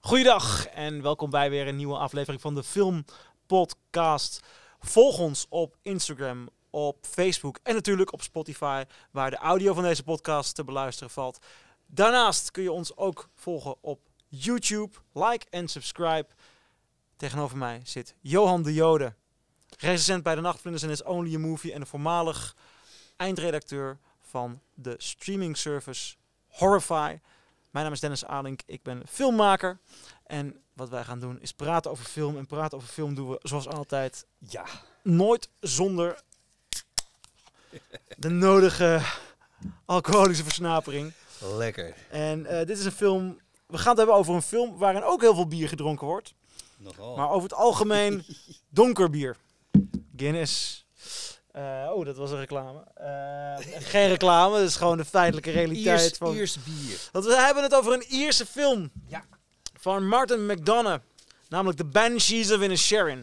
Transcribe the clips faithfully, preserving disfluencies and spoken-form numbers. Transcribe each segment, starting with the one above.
Goeiedag en welkom bij weer een nieuwe aflevering van de Filmpodcast. Volg ons op Instagram, op Facebook en natuurlijk op Spotify, waar de audio van deze podcast te beluisteren valt. Daarnaast kun je ons ook volgen op YouTube. Like en subscribe. Tegenover mij zit Johan de Jode, recensent bij de Nachtvlinders en It's Only a Movie en de voormalig eindredacteur van de streaming service Horrify. Mijn naam is Dennis Alink, ik ben filmmaker. En wat wij gaan doen is praten over film. En praten over film doen we zoals altijd ja. nooit zonder de nodige alcoholische versnapering. Lekker. En uh, dit is een film, we gaan het hebben over een film waarin ook heel veel bier gedronken wordt. Nogal. Maar over het algemeen donker bier. Guinness. Uh, oh, dat was een reclame. Uh, geen reclame, dat is gewoon de feitelijke realiteit. Iers, van... Iers bier. Want we hebben het over een Ierse film. Ja. Van Martin McDonagh. Namelijk The Banshees of Inisherin.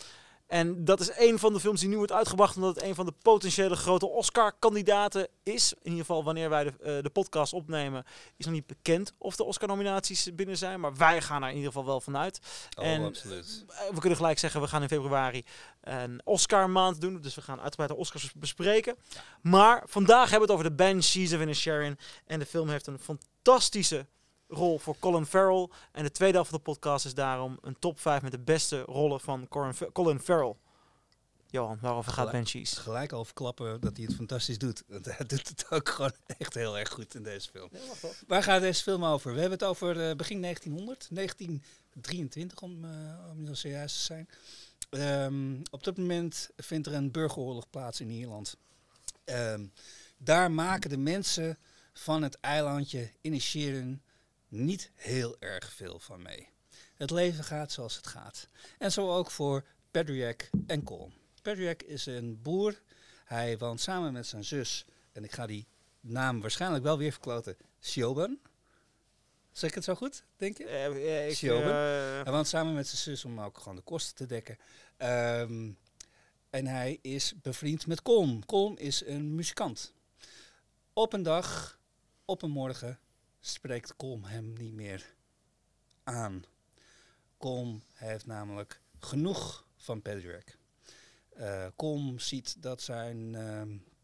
En dat is een van de films die nu wordt uitgebracht, omdat het een van de potentiële grote Oscar-kandidaten is. In ieder geval wanneer wij de, uh, de podcast opnemen, is nog niet bekend of de Oscar-nominaties binnen zijn. Maar wij gaan er in ieder geval wel vanuit. Oh, en absoluut. We kunnen gelijk zeggen, we gaan in februari een Oscar-maand doen. Dus we gaan uitgebreid de Oscars bespreken. Ja. Maar vandaag hebben we het over The Banshees of Inisherin. En de film heeft een fantastische rol voor Colin Farrell. En de tweede helft van de podcast is daarom een top vijf met de beste rollen van Colin Farrell. Johan, waarover gaat Banshees? Gelijk al verklappen dat hij het fantastisch doet. Want hij doet het ook gewoon echt heel erg goed in deze film. Ja, wacht op. Waar gaat deze film over? We hebben het over uh, begin negentienhonderd, negentien drieëntwintig om, uh, om heel serieus te zijn. Um, op dat moment vindt er een burgeroorlog plaats in Ierland. Um, daar maken de mensen van het eilandje Inisherin niet heel erg veel van mee. Het leven gaat zoals het gaat. En zo ook voor Padraig en Colm. Padraig is een boer. Hij woont samen met zijn zus, en ik ga die naam waarschijnlijk wel weer verkloten, Siobhan. Zeg ik het zo goed, denk je? Uh, uh, ik, Siobhan. Uh... Hij woont samen met zijn zus om ook gewoon de kosten te dekken. Um, en hij is bevriend met Colm. Colm is een muzikant. Op een dag, op een morgen, spreekt Colm hem niet meer aan. Colm heeft namelijk genoeg van Padraig. Uh, Colm ziet dat zijn, uh,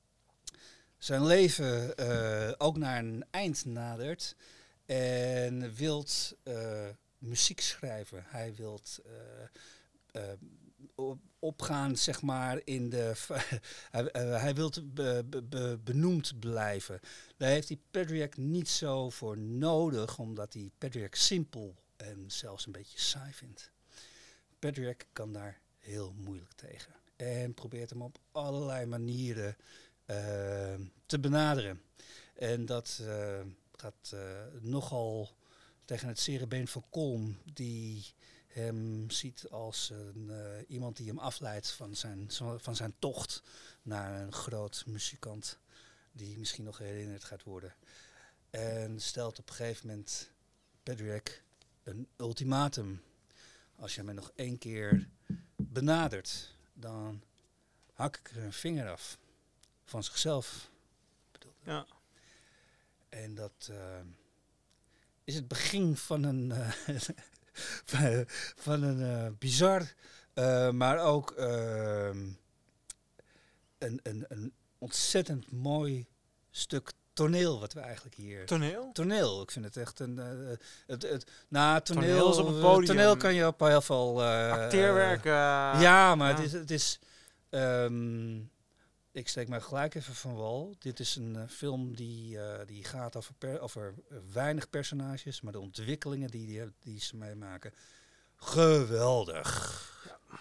zijn leven uh, ook naar een eind nadert en wil uh, muziek schrijven. Hij wil uh, uh, op, opgaan, zeg maar, in de... hij, uh, hij wil be, be, be, benoemd blijven. Daar heeft hij Padraig niet zo voor nodig, omdat hij Padraig simpel en zelfs een beetje saai vindt. Padraig kan daar heel moeilijk tegen. En probeert hem op allerlei manieren uh, te benaderen. En dat uh, gaat uh, nogal tegen het zere been van Colm, die hem ziet als een, uh, iemand die hem afleidt van zijn, van zijn tocht naar een groot muzikant die misschien nog herinnerd gaat worden. En stelt op een gegeven moment Padraig een ultimatum. Als je mij nog één keer benadert, dan hak ik er een vinger af. Van zichzelf. Ja. En dat uh, is het begin van een, uh, van een uh, bizar, uh, maar ook uh, een, een, een ontzettend mooi stuk toneel wat we eigenlijk hier... Toneel? Toneel. Ik vind het echt een... Uh, het, het, nou, toneel, toneel is op een podium. Toneel kan je op heel veel... Uh, Acteerwerk. Uh, ja, maar ja. het is... Het is um, ik steek mij gelijk even van wal. Dit is een uh, film die, uh, die gaat over, per, over uh, weinig personages, maar de ontwikkelingen die, die, die ze meemaken, geweldig. Ja.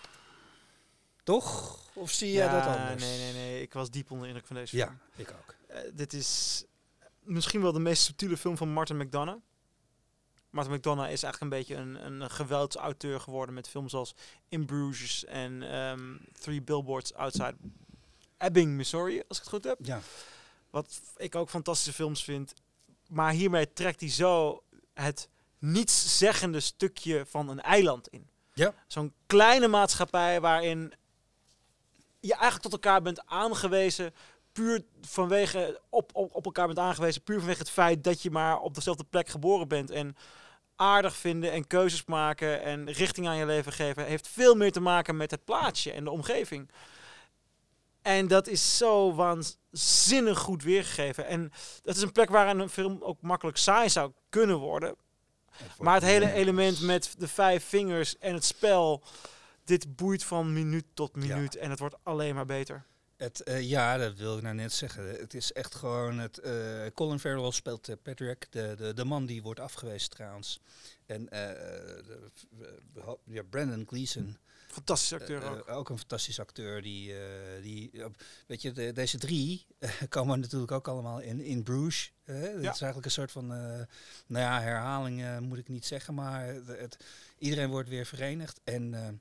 Toch? Of zie jij ja, dat anders? Nee, nee, nee. Ik was diep onder indruk van deze ja, film. Ja, ik ook. Uh, dit is misschien wel de meest subtiele film van Martin McDonagh. Martin McDonagh is eigenlijk een beetje een, een geweldsauteur geworden met films als In Bruges en um, Three Billboards Outside Ebbing, Missouri, als ik het goed heb. Ja. Wat ik ook fantastische films vind. Maar hiermee trekt hij zo het nietszeggende stukje van een eiland in. Ja. Zo'n kleine maatschappij waarin je eigenlijk tot elkaar bent aangewezen, puur vanwege op, op, op elkaar bent aangewezen, puur vanwege het feit dat je maar op dezelfde plek geboren bent. En aardig vinden en keuzes maken en richting aan je leven geven, heeft veel meer te maken met het plaatsje en de omgeving. En dat is zo waanzinnig goed weergegeven. En dat is een plek waar een film ook makkelijk saai zou kunnen worden. Maar het hele element met de vijf vingers en het spel, dit boeit van minuut tot minuut. Ja. En het wordt alleen maar beter. Het, uh, ja, dat wil ik nou net zeggen. Het is echt gewoon... Het, uh, Colin Farrell speelt uh, Patrick, de, de, de man die wordt afgewezen trouwens. En uh, de, uh, ja, Brendan Gleeson. Fantastische acteur uh, ook. Uh, ook een fantastische acteur. Die, uh, die, uh, weet je, de, deze drie uh, komen natuurlijk ook allemaal in, in Bruges. Uh, ja. Het is eigenlijk een soort van... Uh, nou ja, herhaling uh, moet ik niet zeggen. Maar het, het, iedereen wordt weer verenigd. En uh,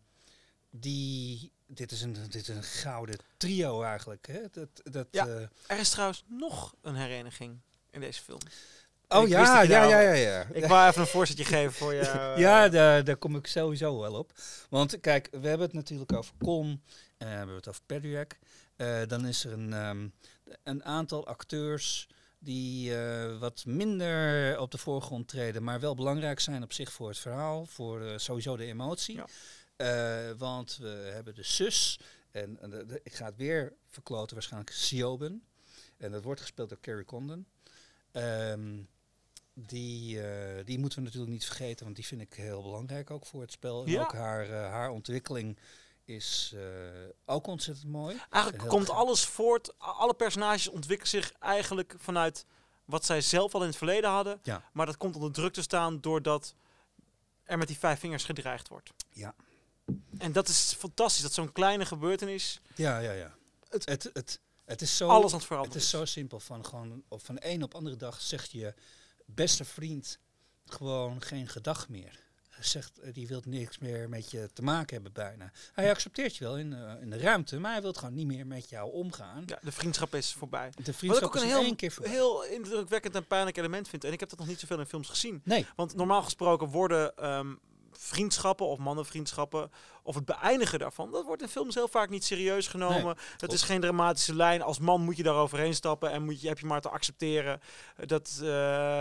die... Dit is, een, dit is een gouden trio eigenlijk. Hè? Dat, dat, ja, uh, er is trouwens nog een hereniging in deze film. Oh ja, ja, ja, ja, ja. Ik wou even een voorzetje geven voor je. Uh, ja, daar, daar kom ik sowieso wel op. Want kijk, we hebben het natuurlijk over Colm. Uh, we hebben het over Patrick. Uh, dan is er een, um, een aantal acteurs die uh, wat minder op de voorgrond treden, maar wel belangrijk zijn op zich voor het verhaal, voor uh, sowieso de emotie. Ja. Uh, want we hebben de zus, en, en de, de, ik ga het weer verkloten, waarschijnlijk Siobhan. En dat wordt gespeeld door Carrie Condon. Um, die, uh, die moeten we natuurlijk niet vergeten, want die vind ik heel belangrijk ook voor het spel. En ja. ook haar, uh, haar ontwikkeling is uh, ook ontzettend mooi. Eigenlijk komt gaaf. Alles voort, alle personages ontwikkelen zich eigenlijk vanuit wat zij zelf al in het verleden hadden. Ja. Maar dat komt onder druk te staan doordat er met die vijf vingers gedreigd wordt. Ja. En dat is fantastisch, dat zo'n kleine gebeurtenis... Ja, ja, ja. Het, het, het, het is zo... Alles aan het veranderen. Het is zo simpel, van gewoon op van een op andere dag zegt je beste vriend gewoon geen gedag meer. Zegt, die wil niks meer met je te maken hebben bijna. Hij accepteert je wel in, uh, in de ruimte, maar hij wil gewoon niet meer met jou omgaan. Ja, de vriendschap is voorbij. De vriendschap Wat ik ook is een heel, één keer voorbij. heel indrukwekkend en pijnlijk element vind. En ik heb dat nog niet zoveel in films gezien. Nee. Want normaal gesproken worden um, vriendschappen of mannenvriendschappen of het beëindigen daarvan, dat wordt in films heel vaak niet serieus genomen. Nee, het is geen dramatische lijn. Als man moet je daar overheen stappen en moet je, heb je maar te accepteren dat, uh, uh,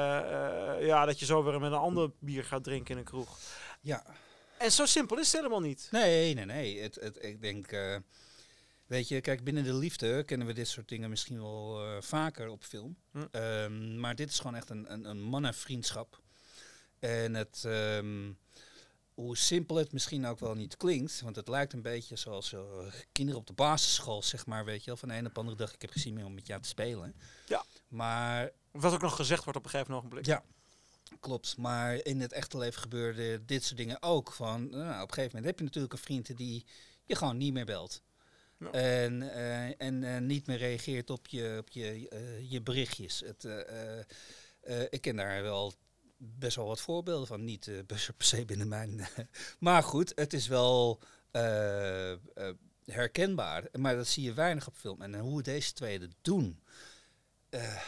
ja, dat je zo weer met een ander bier gaat drinken in een kroeg. Ja. En zo simpel is het helemaal niet. Nee, nee, nee. Het, het, ik denk, uh, weet je, kijk, binnen de liefde kennen we dit soort dingen misschien wel uh, vaker op film. Hm. Um, maar dit is gewoon echt een, een, een mannenvriendschap. En het, um, hoe simpel het misschien ook wel niet klinkt, want het lijkt een beetje zoals uh, kinderen op de basisschool, zeg maar, weet je wel, van de een op de andere dag, ik heb gezien meer om met jou te spelen. Ja. Maar... Wat ook nog gezegd wordt op een gegeven ogenblik. Ja. Klopt, maar in het echte leven gebeurde dit soort dingen ook. Van, nou, op een gegeven moment heb je natuurlijk een vriend die je gewoon niet meer belt. Ja. En, uh, en uh, niet meer reageert op je, op je, uh, je berichtjes. Het, uh, uh, ik ken daar wel best wel wat voorbeelden van. Niet uh, per se binnen mijn... maar goed, het is wel uh, uh, herkenbaar. Maar dat zie je weinig op film. En uh, hoe deze twee het doen... Uh,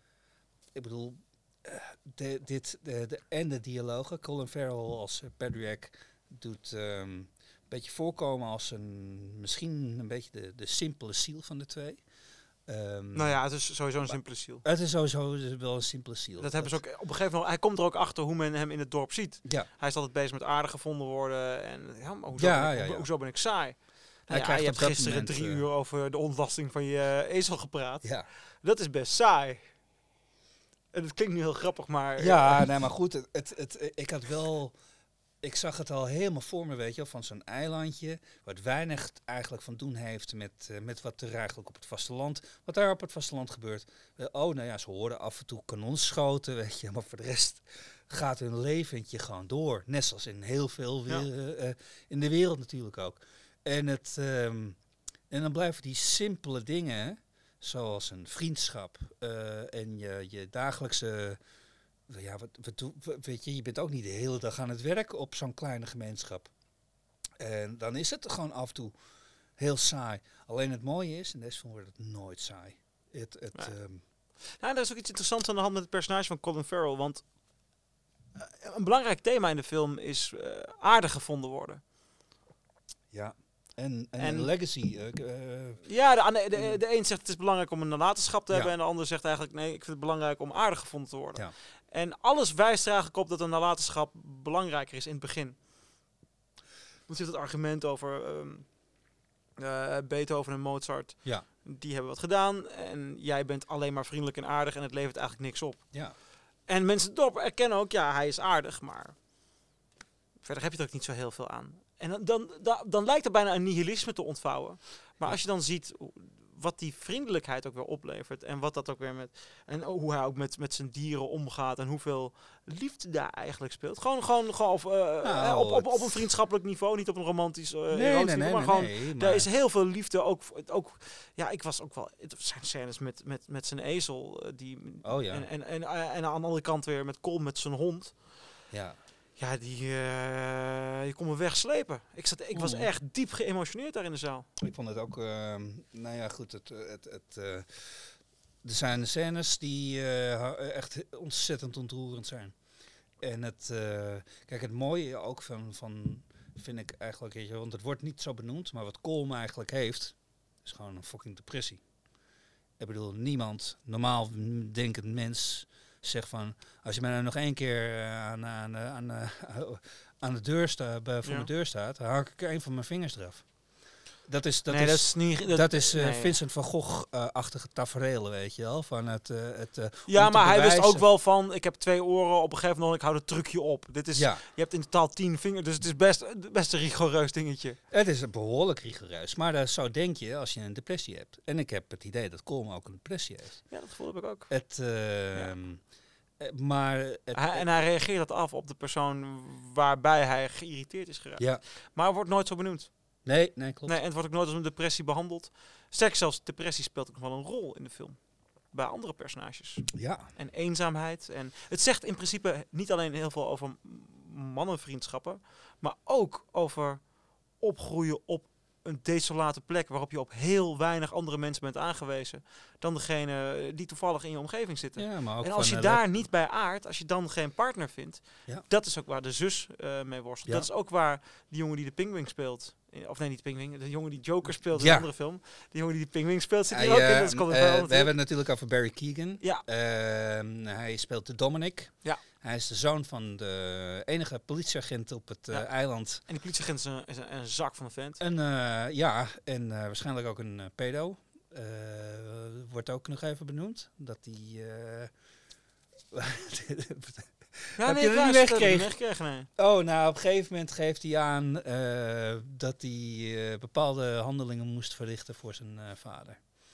ik bedoel... Uh, de, dit, de, de, en de dialogen. Colin Farrell als uh, Patrick doet um, een beetje voorkomen als een, misschien een beetje de, de simpele ziel van de twee. Um, nou ja, het is sowieso een simpele ziel. Het is sowieso wel een simpele ziel. Dat, dat hebben ze ook op een gegeven moment. Hij komt er ook achter hoe men hem in het dorp ziet. Ja. Hij is altijd bezig met aardig gevonden worden. En ja, maar hoezo, ja, ben ik, ja, ja. hoezo ben ik saai? Hij Nou ja, je hebt gisteren moment, drie uh, uur over de ontlasting van je uh, ezel gepraat. Ja. Dat is best saai. En het klinkt nu heel grappig, maar... Ja, uh, nee, maar goed, het, het, het, ik had wel... Ik zag het al helemaal voor me, weet je wel, van zo'n eilandje, wat weinig eigenlijk van doen heeft met, uh, met wat er eigenlijk op het vasteland, wat daar op het vasteland gebeurt. Uh, oh, nou ja, ze horen af en toe kanonschoten, weet je, maar voor de rest gaat hun leventje gewoon door. Net zoals in heel veel weer, ja. uh, uh, in de wereld natuurlijk ook. En, het, um, en dan blijven die simpele dingen, zoals een vriendschap uh, en je, je dagelijkse... Ja, wat, wat, weet je, je bent ook niet de hele dag aan het werk op zo'n kleine gemeenschap. En dan is het gewoon af en toe heel saai. Alleen het mooie is, in deze film wordt het nooit saai. Het, het, ja. um... Nou, er is ook iets interessants aan de hand met het personage van Colin Farrell. Want uh, een belangrijk thema in de film is uh, aardig gevonden worden. Ja. En, en, en een legacy. Uh, uh, ja, de, de, de een zegt het is belangrijk om een nalatenschap te hebben. Ja. En de ander zegt eigenlijk nee, ik vind het belangrijk om aardig gevonden te worden. Ja. En alles wijst er eigenlijk op dat een nalatenschap belangrijker is in het begin. Want je hebt het argument over um, uh, Beethoven en Mozart. Ja. Die hebben wat gedaan en jij bent alleen maar vriendelijk en aardig en het levert eigenlijk niks op. Ja. En mensen dorp erkennen ook, ja, hij is aardig, maar verder heb je er ook niet zo heel veel aan. En dan, dan, dan, dan lijkt er bijna een nihilisme te ontvouwen. Maar Ja. als je dan ziet wat die vriendelijkheid ook weer oplevert en wat dat ook weer met en hoe hij ook met, met zijn dieren omgaat en hoeveel liefde daar eigenlijk speelt. Gewoon, gewoon, gewoon of, uh, Nou, op, op, op een vriendschappelijk niveau, niet op een romantisch uh, Nee, erotisch nee, niveau, nee, maar nee, gewoon nee, daar maar- is heel veel liefde. Ook, ook ja, ik was ook wel. Het zijn scènes met, met, met zijn ezel uh, die Oh ja. en, en, en, uh, en aan de andere kant weer met Cole met zijn hond. Ja. Ja, die, uh, die kon me wegslepen. Ik, zat, ik was Mm. echt diep geëmotioneerd daar in de zaal. Ik vond het ook, uh, nou ja, goed, het, het, het, uh, er zijn scènes die uh, echt ontzettend ontroerend zijn. En het, uh, kijk, het mooie ook van, van, vind ik eigenlijk, weet je, want het wordt niet zo benoemd, maar wat Colm eigenlijk heeft, is gewoon een fucking depressie. Ik bedoel, niemand, normaal denkend mens, zegt van, als je mij nou nog één keer uh, aan, aan, aan, uh, aan de deur staat, voor Ja. mijn deur staat, dan hak ik een van mijn vingers eraf. Dat is, dat nee, is, dat is niet. dat, Dat, is uh, nee. Vincent van Gogh-achtige uh, tafereelen, weet je wel. Van het, uh, het, uh, Ja, maar hij bewijzen. wist ook wel van, ik heb twee oren, op een gegeven moment, ik hou het trucje op. Dit is, Ja. je hebt in totaal tien vingers, dus het is best, best een rigoureus dingetje. Het is behoorlijk rigoureus, maar uh, zo denk je als je een depressie hebt. En ik heb het idee dat Colm ook een depressie heeft. Ja, dat gevoel heb ik ook. Het, uh, Ja. uh, maar het, Hij, en hij reageert dat af op de persoon waarbij hij geïrriteerd is geraakt. ja. Maar het wordt nooit zo benoemd. Nee, nee, klopt. Nee, en het wordt ook nooit als een depressie behandeld. Sterker zelfs, depressie speelt ook nog wel een rol in de film. Bij andere personages. Ja. En eenzaamheid. En het zegt in principe niet alleen heel veel over mannenvriendschappen, maar ook over opgroeien op een desolate plek waarop je op heel weinig andere mensen bent aangewezen dan degene die toevallig in je omgeving zitten. Ja, maar ook En als van, je uh, daar dat- niet bij aardt, als je dan geen partner vindt, Ja. dat is ook waar de zus uh, mee worstelt. Ja. Dat is ook waar die jongen die de Pinguïn speelt, of nee, niet de Pinguïn, de jongen die Joker speelt in Ja. een andere film, die jongen die de Pinguïn speelt, zit hier Hij, ook in. uh, Dat is Colin uh, Farrell we natuurlijk. hebben het natuurlijk over Barry Keoghan. Ja. Uh, hij speelt de Dominic. Ja. Hij is de zoon van de enige politieagent op het uh, Ja. eiland. En die politieagent is een, is een, een zak van een vent. En uh, ja, en uh, waarschijnlijk ook een uh, pedo. Uh, wordt ook nog even benoemd. Dat die... Uh, Ja, Heb nee, je ik dat niet luister, dat heb ik meegekregen? niet meegekregen, nee. oh, nou, op een gegeven moment geeft hij aan uh, dat hij uh, bepaalde handelingen moest verrichten voor zijn uh, vader.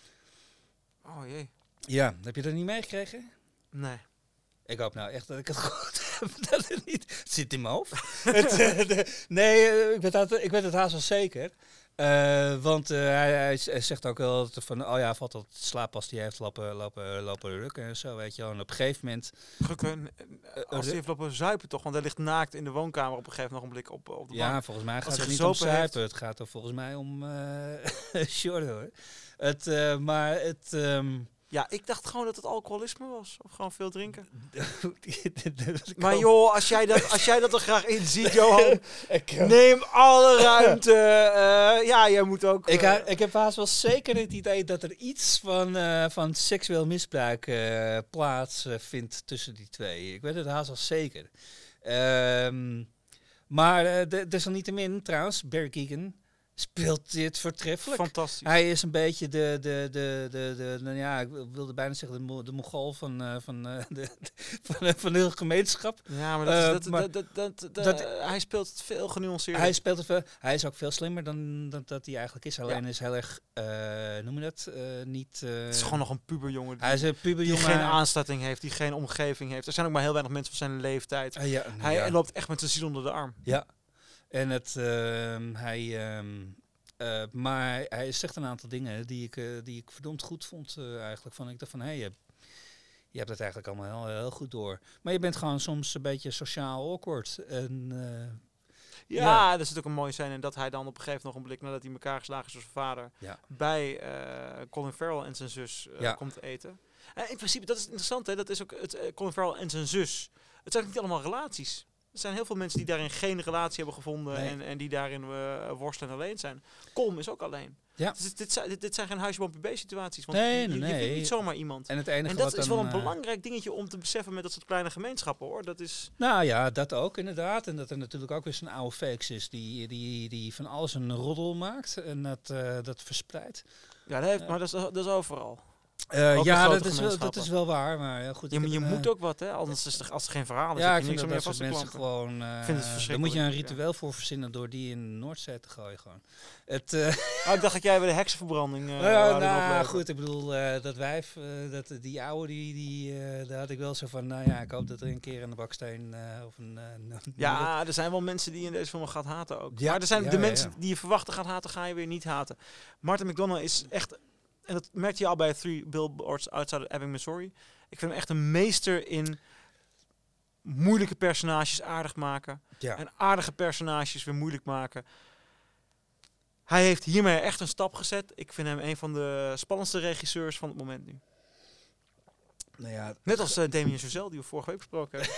Oh jee. Ja, heb je dat niet meegekregen? Nee. Ik hoop nou echt dat ik het goed heb. Dat het niet het zit in mijn hoofd. het, uh, de, nee, uh, ik, weet dat, ik weet het haast wel zeker. Uh, want uh, hij, hij, hij zegt ook wel dat van, oh ja, valt dat slaap als hij heeft lopen, lopen, lopen rukken en zo, weet je wel. En op een gegeven moment... Drukken, als hij heeft lopen zuipen toch, want hij ligt naakt in de woonkamer op een gegeven ogenblik op, op de Ja, bank. volgens mij gaat Als het hij niet om gezopen heeft. zuipen. Het gaat er volgens mij om uh, short hoor. Het, uh, maar het... Um, Ja, ik dacht gewoon dat het alcoholisme was. Of gewoon veel drinken. maar Maar joh, als jij dat, als jij dat er graag in ziet, Johan, ik, uh, neem alle ruimte. Uh, ja, jij moet ook... Uh, ik, ha- ik heb haast wel zeker het idee dat er iets van, uh, van seksueel misbruik uh, plaats uh, vindt tussen die twee. Ik weet het haast wel zeker. Um, maar uh, de, desalniettemin, trouwens, Barry Keoghan speelt dit voortreffelijk. Fantastisch. Hij is een beetje de, de, de, de, de, nou ja, ik wilde bijna zeggen de, mo- de Mongool van, uh, van, uh, de, van, uh, van de hele gemeenschap. Ja, maar, dat is, Uh, dat, maar dat, dat, dat, dat- uh, hij speelt het veel genuanceerder. Hij speelt het veel, hij is ook veel slimmer dan, dan dat hij eigenlijk is. Alleen Ja. is heel erg, uh, noem je dat, uh, niet... Uh, Het is gewoon nog een puberjongen die, hij is een die puberjongen. geen aansluiting heeft, die geen omgeving heeft. Er zijn ook maar heel weinig mensen van zijn leeftijd. Uh, ja, Hij ja. loopt echt met zijn ziel onder de arm. Ja, en het, uh, hij, um, uh, maar hij zegt een aantal dingen die ik, uh, die ik verdomd goed vond uh, eigenlijk. Van, ik dacht van, hé, hey, je, je hebt het eigenlijk allemaal heel, heel goed door. Maar je bent gewoon soms een beetje sociaal awkward. En, uh, Ja, Ja. dat is natuurlijk een mooie scène. En dat hij dan op een gegeven ogenblik, nadat hij in elkaar geslagen is door zijn vader, ja. bij uh, Colin Farrell en zijn zus uh, Ja. komt eten. En in principe, dat is interessant, hè? Dat is ook het, uh, Colin Farrell en zijn zus. Het zijn ook niet allemaal relaties. Er zijn heel veel mensen die daarin geen relatie hebben gevonden Nee. en, en die daarin uh, worstelen en alleen zijn. Colm is ook alleen. Ja. Dus dit, dit, zijn, dit, dit zijn geen huisje boompje beest situaties. Want Nee, je, nee, je nee. vindt niet zomaar iemand. En, het enige En dat wat is dan, wel een uh, belangrijk dingetje om te beseffen met dat soort kleine gemeenschappen, hoor. Dat is... Nou ja, dat ook inderdaad. En dat er natuurlijk ook weer zo'n oude fakes is die, die, die van alles een roddel maakt en dat, uh, dat verspreidt. Ja, dat heeft, maar dat is, dat is overal. Uh, Ook ja, de dat grote is, wel, dat is wel waar. Maar ja, goed, Je, ik je heb een, moet uh, ook wat, hè? Anders is er, als er geen verhaal is, ja, heb ik je vind niks dat meer dat vast soort te mensen klampen. gewoon... Uh, vind het daar moet je een verschrikkelijk, ritueel voor verzinnen door die in de Noordzee te gooien gewoon. Het, uh, Oh, ik dacht dat jij bij de heksenverbranding... Uh, nou, ja, wou nou opleven. goed, ik bedoel, uh, dat wijf, uh, dat, die oude, die, die, uh, daar had ik wel zo van, nou ja, ik hoop dat er een keer een baksteen uh, of een... Uh, Ja, er zijn wel mensen die in deze film gaat haten ook. Ja, maar er zijn ja, de ja, mensen ja. die je verwachten gaat haten, ga je weer niet haten. Martin McDonagh is echt... En dat merkte je al bij Three Billboards Outside Ebbing, Missouri. Ik vind hem echt een meester in moeilijke personages aardig maken. Ja. En aardige personages weer moeilijk maken. Hij heeft hiermee echt een stap gezet. Ik vind hem een van de spannendste regisseurs van het moment nu. Nou ja, Net als uh, Damien Chazelle, die we vorige week besproken hebben.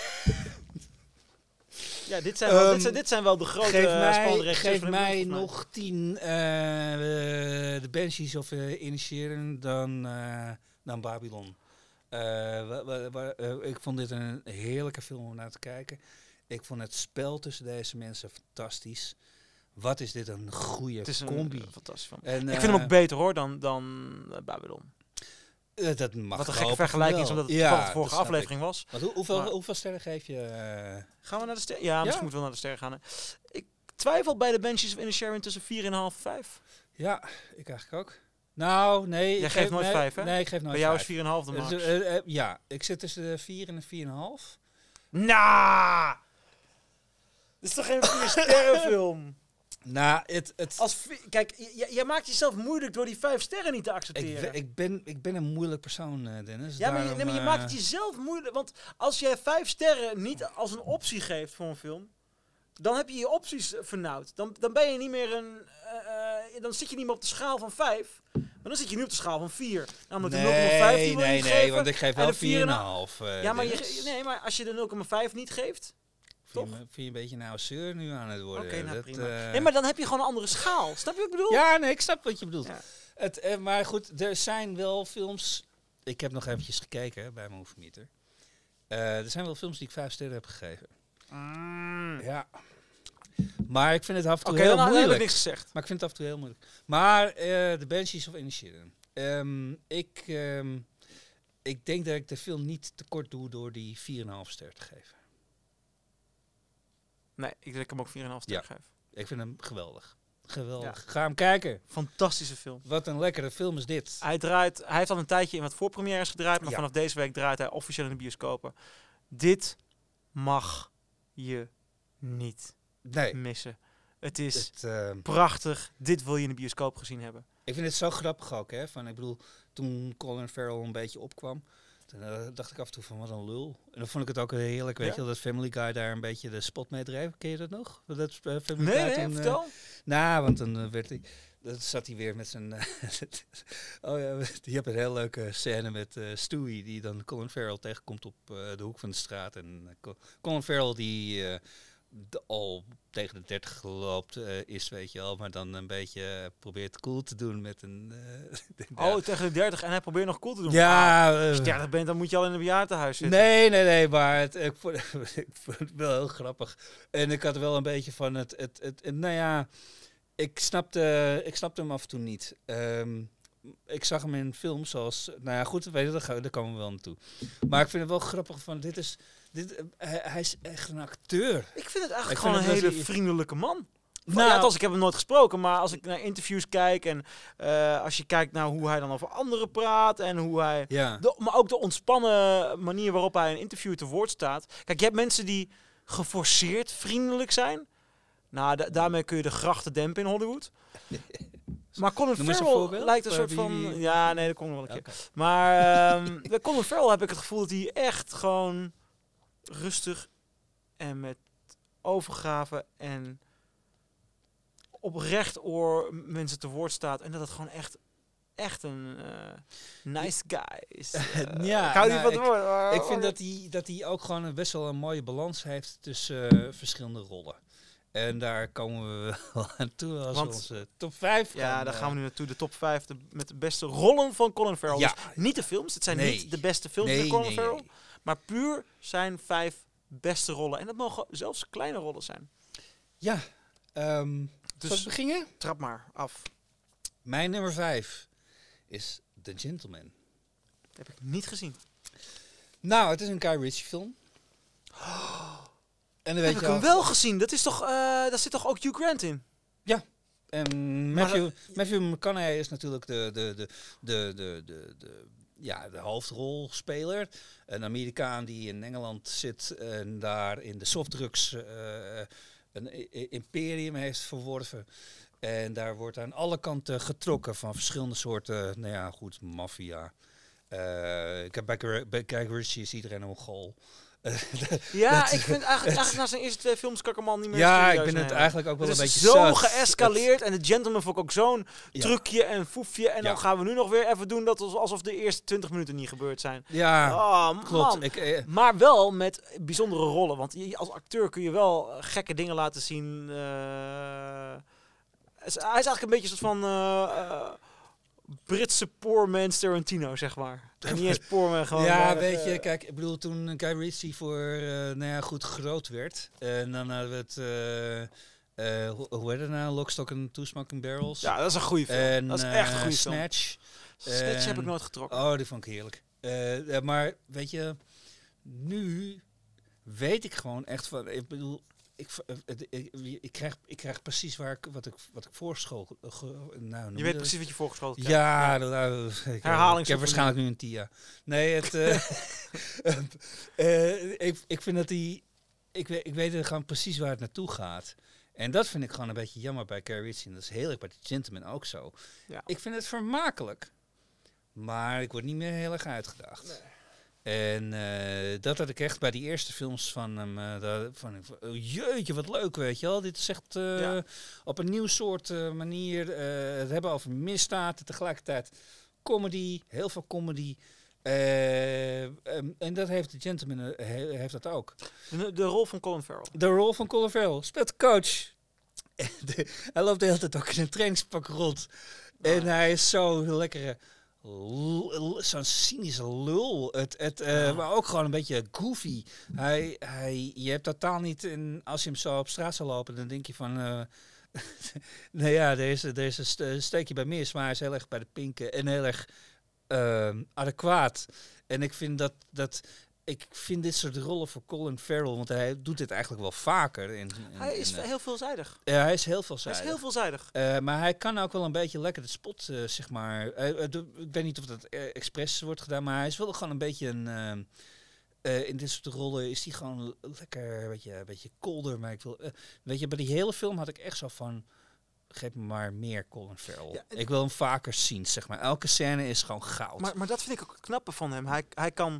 Ja, dit zijn, wel, um, dit, zijn, dit zijn wel de grote geef uh, mij, spannende regisseurs geef van de mij wereld, nog tien uh, de Banshees of uh, initiëren dan, uh, dan Babylon. Uh, wa, wa, wa, uh, ik vond dit een heerlijke film om naar te kijken. Ik vond het spel tussen deze mensen fantastisch. Wat is dit een goede het is combi. Een, uh, fantastisch film. En, uh, ik vind hem ook beter hoor dan, dan uh, Babylon. Uh, dat mag Wat een gekke vergelijking is, omdat het ja, de vorige aflevering ik. was. Want hoe, hoeveel, maar, hoeveel sterren geef je? Uh... Gaan we naar de sterren? Ja, misschien ja? moeten we naar de sterren gaan. Hè. Ik twijfel bij de Banshees of Inisherin tussen vier komma vijf en vijf. Ja, ik eigenlijk ook. Nou, nee. Jij ik geeft geef, nooit nee, vijf, hè? Nee, ik geef nooit bij jou vijf. is vier komma vijf de max. Uh, uh, uh, ja, ik zit tussen de vier en de vier komma vijf. Nou! Dit is toch geen vier sterrenfilm? Nou, het... het Als, kijk, jij maakt jezelf moeilijk door die vijf sterren niet te accepteren. Ik, ik, ben, ik ben een moeilijk persoon, uh, Dennis. Ja, maar, daarom, je, nee, maar je uh, maakt het jezelf moeilijk. Want als jij vijf sterren niet als een optie geeft voor een film, dan heb je je opties vernauwd. Dan, dan ben je niet meer een... Uh, uh, dan zit je niet meer op de schaal van vijf, maar dan zit je nu op de schaal van vier. Namelijk nee, de nul komma vijf die wil je nee, niet nee, geven, want ik geef wel vier komma vijf. Uh, ja, maar je, nee, maar als je de nul komma vijf niet geeft... Vind je, vind je een beetje een oude zeur nu aan het worden? Oké, okay, nou dat, prima. Uh... Nee, maar dan heb je gewoon een andere schaal. Snap je wat ik bedoel? Ja, nee, ik snap wat je bedoelt. Ja. Het, uh, maar goed, er zijn wel films... Ik heb nog eventjes gekeken hè, bij mijn Moviemeter. Uh, er zijn wel films die ik vijf sterren heb gegeven. Mm. Ja. Maar ik vind het af en toe okay, heel dan moeilijk. heb ik niks gezegd. Maar ik vind het af en toe heel moeilijk. Maar uh, de Banshees of Inisherin. Um, ik, um, ik denk dat ik de film niet tekort doe door die vier komma vijf ster te geven. Nee, ik denk dat ik hem ook vier komma vijf ster ja. geef. Ik vind hem geweldig. Geweldig. Ja. Ga hem kijken. Fantastische film. Wat een lekkere film is dit. Hij draait, hij heeft al een tijdje in wat voorpremières gedraaid, maar ja. vanaf deze week draait hij officieel in de bioscopen. Dit mag je niet nee. missen. Het is het, uh, prachtig. Dit wil je in de bioscoop gezien hebben. Ik vind het zo grappig ook, hè. Van, ik bedoel, toen Colin Farrell een beetje opkwam, toen uh, dacht ik af en toe van, wat een lul. En dan vond ik het ook heerlijk, weet ja? je, dat Family Guy daar een beetje de spot mee dreef. Ken je dat nog? Dat, uh, Family nee, Guy nee, toen, vertel. Uh, nou, want dan uh, werd hij... Dan zat hij weer met zijn... Uh, oh ja, je hebt een heel leuke scène met uh, Stewie, die dan Colin Farrell tegenkomt op uh, de hoek van de straat. En uh, Colin Farrell die uh, de, al tegen de dertig geloopt uh, is, weet je wel. Maar dan een beetje uh, probeert cool te doen met een... Uh, oh, ja. tegen de dertig en hij probeert nog cool te doen. Ja. Ah, als je dertig bent, dan moet je al in een bejaardenhuis zitten. Nee, nee, nee, maar het, ik, vond, ik vond het wel heel grappig. En ik had wel een beetje van het... het, het, het nou ja... Ik snapte, ik snapte hem af en toe niet. Um, ik zag hem in films zoals... Nou ja, goed, weet je, daar, daar komen we wel naartoe. Maar ik vind het wel grappig van... Dit is, dit, uh, hij, hij is echt een acteur. Ik vind het eigenlijk ik gewoon een hele hij... vriendelijke man. Nou, ja, als ik heb hem nooit gesproken, maar als ik naar interviews kijk... en uh, als je kijkt naar hoe hij dan over anderen praat... en hoe hij... Ja. De, maar ook de ontspannen manier waarop hij een interview te woord staat. Kijk, je hebt mensen die geforceerd vriendelijk zijn... Nou, da- daarmee kun je de grachten dempen in Hollywood. Maar Colin Farrell lijkt een soort van... Die... Ja, nee, dat komt nog wel een keer. Okay. Maar um, bij Colin Farrell heb ik het gevoel dat hij echt gewoon rustig en met overgave en op recht oor mensen te woord staat. En dat het gewoon echt echt een uh, nice guy is. Uh, ja, ik hou nou, niet van het ik, woord. Maar, ik vind dat hij, dat hij ook gewoon een best wel een mooie balans heeft tussen uh, verschillende rollen. En daar komen we wel aan toe als Want, onze top vijf gaan. Ja, daar gaan we nu naartoe. De top vijf de, met de beste rollen van Colin Farrell. Ja. Dus niet de films. Het zijn nee. niet de beste films nee, van Colin nee, Farrell. Nee. Maar puur zijn vijf beste rollen. En dat mogen zelfs kleine rollen zijn. Ja. Um, dus Zal ik beginnen? Trap maar af. Mijn nummer vijf is The Gentleman. Heb ik niet gezien. Nou, het is een Guy Ritchie film. Oh. En dan weet heb je ik hem al, wel gezien? Dat is toch, uh, daar zit toch ook Hugh Grant in? Ja. En Matthew, dat, Matthew McConaughey is natuurlijk de, de, de, de, de, de, de, ja, de hoofdrolspeler. Een Amerikaan die in Engeland zit en daar in de softdrugs uh, een imperium heeft verworven. En daar wordt aan alle kanten getrokken van verschillende soorten, nou ja, goed, maffia. Uh, ik heb bij, bij Guy Ritchie is iedereen een Mongool. Ja, ik vind eigenlijk, eigenlijk na zijn eerste twee films kan ik hem al niet meer Ja, serieus ik ben het nemen. eigenlijk ook wel het een beetje zo zat. geëscaleerd. En The Gentleman vond ik ook zo'n ja. trucje en foefje. En ja. dan gaan we nu nog weer even doen dat alsof de eerste twintig minuten niet gebeurd zijn. Ja, oh, klopt. Ik, eh. Maar wel met bijzondere rollen. Want je, als acteur kun je wel gekke dingen laten zien. Uh, hij is eigenlijk een beetje een soort van... Uh, uh, Britse poor man's Tarantino, zeg maar. En niet eens poor man, gewoon... Ja, maar, weet uh, je, kijk, ik bedoel, toen Guy Ritchie voor, uh, nou ja, goed groot werd. En dan hadden we het, uh, uh, hoe, hoe heet het nou, Lock, Stock and Two Smoking Barrels. Ja, dat is een goede film. En, dat is echt een goede uh, Snatch. film. Snatch en, heb ik nooit getrokken. Oh, die vond ik heerlijk. Uh, uh, maar, weet je, nu weet ik gewoon echt van, ik bedoel... Ik, ik, ik, ik, krijg, ik krijg precies waar ik, wat ik, wat ik voorschot. Nou, je weet precies wat je voorgeschoten krijgt. Ja, ja. Nou, ik, herhaling. Ik heb waarschijnlijk nu een Tia. Nee, het, uh, uh, ik, ik vind dat die... Ik, ik weet gewoon precies waar het naartoe gaat. En dat vind ik gewoon een beetje jammer bij Guy Ritchie. En dat is heel erg bij The Gentleman ook zo. Ja. Ik vind het vermakelijk. Maar ik word niet meer heel erg uitgedaagd. Nee. En uh, dat had ik echt bij die eerste films van hem. Uh, dat, van, van, oh, jeetje, wat leuk, weet je wel. Dit is echt uh, ja. op een nieuw soort uh, manier. Uh, het hebben over misdaad, tegelijkertijd comedy, heel veel comedy. Uh, um, en dat heeft The Gentleman uh, he, heeft dat ook. De, de rol van Colin Farrell. De rol van Colin Farrell. Speelt de coach. de, hij loopt de hele tijd ook in een trainingspak rond. Oh, en ja. hij is zo lekkere... Zo'n cynische lul. Het, het, uh, ja. Maar ook gewoon een beetje goofy. Hij, hij, je hebt totaal niet... In, als je hem zo op straat zou lopen, dan denk je van... Uh, nou ja, er is, er is een steekje bij mis, maar hij is heel erg bij de pinken. En heel erg uh, adequaat. En ik vind dat... dat Ik vind dit soort rollen voor Colin Farrell, want hij doet dit eigenlijk wel vaker. In, in, hij is in, uh, heel veelzijdig. Ja, hij is heel veelzijdig. Hij is heel veelzijdig. Uh, maar hij kan ook wel een beetje lekker de spot, uh, zeg maar. Uh, uh, de, ik weet niet of dat uh, expres wordt gedaan, maar hij is wel gewoon een beetje een... Uh, uh, in dit soort rollen is hij gewoon lekker een beetje, een beetje colder. Maar ik wil, uh, weet je, bij die hele film had ik echt zo van... Geef me maar meer Colin Farrell. Ja, ik wil hem vaker zien, zeg maar. Elke scène is gewoon goud. Maar, maar dat vind ik ook het knappe van hem. Hij, hij kan...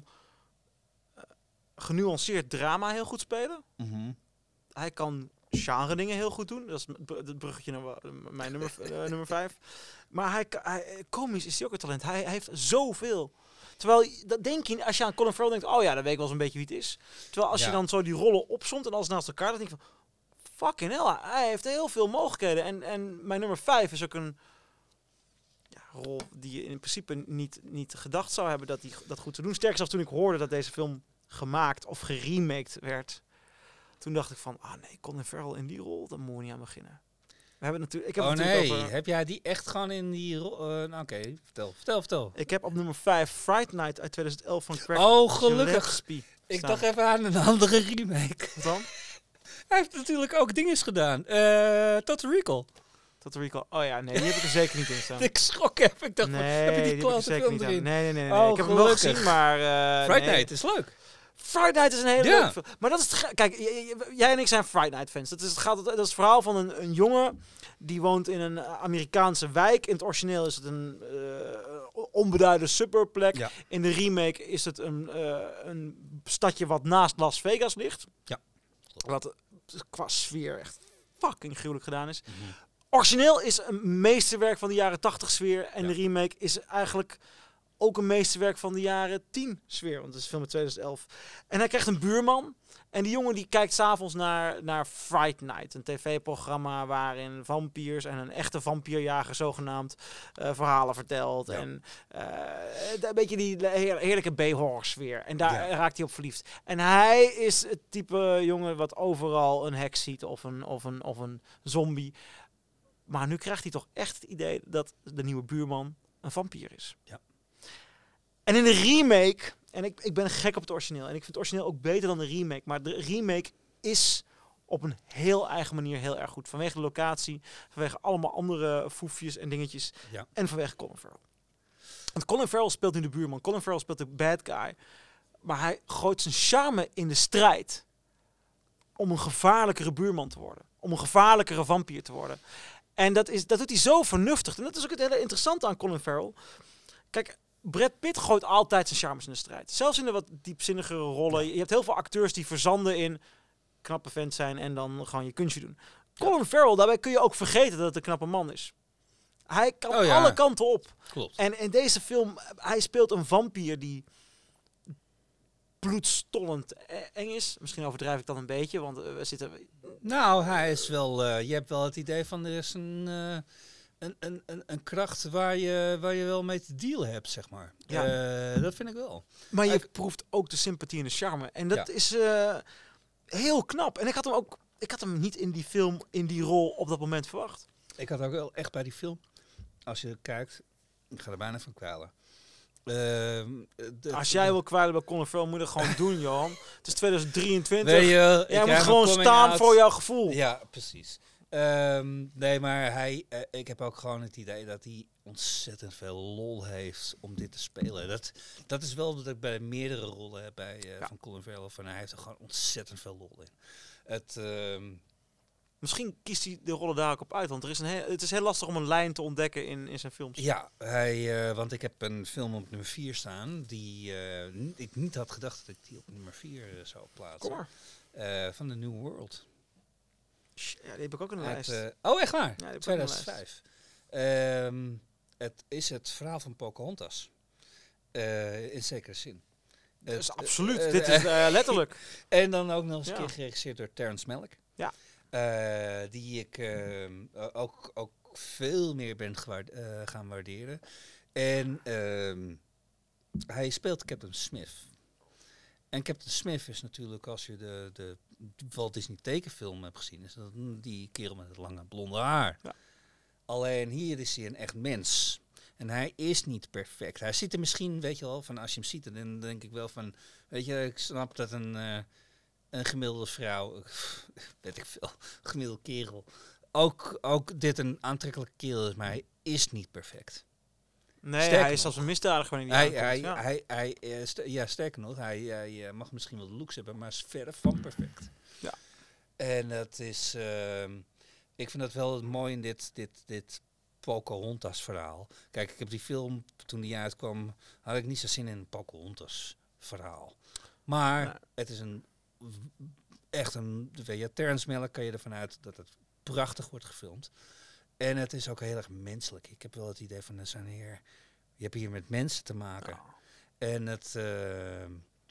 genuanceerd drama heel goed spelen. Mm-hmm. Hij kan genre dingen heel goed doen. Dat is het bruggetje naar mijn nummer, uh, nummer vijf. Maar hij, hij, komisch is hij ook een talent. Hij, hij heeft zoveel. Terwijl, dat denk je, als je aan Colin Farrell denkt... oh ja, dan weet ik wel eens een beetje wie het is. Terwijl als ja. je dan zo die rollen opzomt en alles naast elkaar... dan denk je van, fucking hell, hij heeft heel veel mogelijkheden. En, en mijn nummer vijf is ook een... Ja, rol die je in principe niet, niet gedacht zou hebben... dat hij dat goed te doen. Sterker zelfs toen ik hoorde dat deze film... gemaakt of geremaked werd. Toen dacht ik van, ah nee, Colin Farrell in die rol, dan moet je niet aan beginnen. We hebben natuurlijk, ik heb oh het nee, over, heb jij die echt gewoon in die rol? Uh, nou, Oké, okay. vertel, vertel, vertel. Ik heb op nummer vijf Fright Night uit twintig elf van Craig Oh, gelukkig. Gillespie ik staan. dacht even aan een andere remake. Wat dan? Hij heeft natuurlijk ook dinges gedaan. Uh, Total Recall. Total Recall. Oh ja, nee, die heb ik er zeker niet in staan. ik schrok even. Ik dacht, nee, van, heb je die, die klote film erin? Nee, nee, nee. nee. Oh, ik heb gelukkig. hem wel gezien, maar... Uh, Fright nee. Night is leuk. Fright Night is een hele ja. leuke film. Maar dat is het... Kijk, j- j- jij en ik zijn Fright Night fans. Dat is het, gaat, dat is het verhaal van een, een jongen... die woont in een Amerikaanse wijk. In het origineel is het een uh, onbeduidende suburbplek. Ja. In de remake is het een, uh, een stadje wat naast Las Vegas ligt. Ja. Wat qua sfeer echt fucking gruwelijk gedaan is. Mm-hmm. Origineel is een meesterwerk van de jaren tachtig sfeer. En Ja. de remake is eigenlijk ook een meesterwerk van de jaren tien sfeer. Want het is een film uit tweeduizend elf. En hij krijgt een buurman. En die jongen die kijkt s'avonds naar, naar Fright Night. Een tv-programma waarin vampiers en een echte vampierjager zogenaamd uh, verhalen vertelt. Ja. En uh, een beetje die heer, heerlijke B-horror sfeer. En daar Ja. raakt hij op verliefd. En hij is het type jongen wat overal een heks ziet of een, of een, of een zombie. Maar nu krijgt hij toch echt het idee dat de nieuwe buurman een vampier is. Ja. En in de remake, en ik, ik ben gek op het origineel. En ik vind het origineel ook beter dan de remake. Maar de remake is op een heel eigen manier heel erg goed. Vanwege de locatie, vanwege allemaal andere foefjes en dingetjes. Ja. En vanwege Colin Farrell. Want Colin Farrell speelt nu de buurman. Colin Farrell speelt de bad guy. Maar hij gooit zijn charme in de strijd om een gevaarlijkere buurman te worden. Om een gevaarlijkere vampier te worden. En dat, is, dat doet hij zo vernuftig. En dat is ook het hele interessante aan Colin Farrell. Kijk, Brad Pitt gooit altijd zijn charmes in de strijd. Zelfs in de wat diepzinnigere rollen. Je hebt heel veel acteurs die verzanden in knappe vent zijn en dan gewoon je kunstje doen. Colin Farrell, daarbij kun je ook vergeten dat het een knappe man is. Hij kan Oh ja. alle kanten op. Klopt. En in deze film, hij speelt een vampier die bloedstollend eng is. Misschien overdrijf ik dat een beetje, want we zitten... Nou, hij is wel... Uh, je hebt wel het idee van er is een... Uh, Een, een, een, een kracht waar je, waar je wel mee te dealen hebt, zeg maar. Ja. Uh, dat vind ik wel. Maar je ik, proeft ook de sympathie en de charme. En dat ja. is uh, heel knap. En ik had hem ook... Ik had hem niet in die film, in die rol op dat moment verwacht. Ik had ook wel echt bij die film... Als je kijkt... Ik ga er bijna van kwijlen. Uh, de, Als jij de, wil kwijlen bij Colin Farrell, moet je het gewoon doen, Johan. Het is tweeduizend drieëntwintig. Weet je, jij moet gewoon staan out. voor jouw gevoel. Ja, precies. Um, nee, maar hij, uh, ik heb ook gewoon het idee dat hij ontzettend veel lol heeft om dit te spelen. Dat, dat is wel dat ik bij meerdere rollen heb bij, uh, ja. van Colin Farrell. Van, hij heeft er gewoon ontzettend veel lol in. Het, um, Misschien kiest hij de rollen daar ook op uit, want er is een heel, het is heel lastig om een lijn te ontdekken in, in zijn films. Ja, hij, uh, want ik heb een film op nummer vier staan die uh, n- ik niet had gedacht dat ik die op nummer vier uh, zou plaatsen. Kom maar. Uh, van The New World. Ja, die heb ik ook in de het, lijst. Uh, oh, echt waar? Ja, tweeduizend vijf. Um, het is het verhaal van Pocahontas. Uh, in zekere zin. Dat is absoluut. Uh, Dit is uh, letterlijk. En dan ook nog eens een ja. keer geregisseerd door Terrence Malick. Ja. Uh, die ik uh, ook, ook veel meer ben gewaard, uh, gaan waarderen. En uh, hij speelt Captain Smith. En Captain Smith is natuurlijk, als je de, de Walt Disney tekenfilm hebt gezien, is dat die kerel met het lange blonde haar. Ja. Alleen hier is hij een echt mens. En hij is niet perfect. Hij ziet er misschien, weet je wel, van als je hem ziet, dan denk ik wel van, weet je, ik snap dat een, uh, een gemiddelde vrouw, weet ik veel, gemiddelde kerel, ook, ook dit een aantrekkelijke kerel is, maar hij is niet perfect. Nee, sterker hij is als een misdadiger wanneer hij, hij, hij, ja. hij, hij, hij st- Ja, sterker nog, hij, hij mag misschien wel de looks hebben, maar is verre van perfect. Ja. En dat is, uh, ik vind dat wel mooi in dit, dit, dit Pocahontas verhaal. Kijk, ik heb die film, toen die uitkwam, had ik niet zo zin in een Pocahontas verhaal. Maar ja. het is een, echt een, weet je, Terrence Malick kan je ervan uit dat het prachtig wordt gefilmd. En het is ook heel erg menselijk. Ik heb wel het idee van, er zijn hier, je hebt hier met mensen te maken. Oh. En het, uh,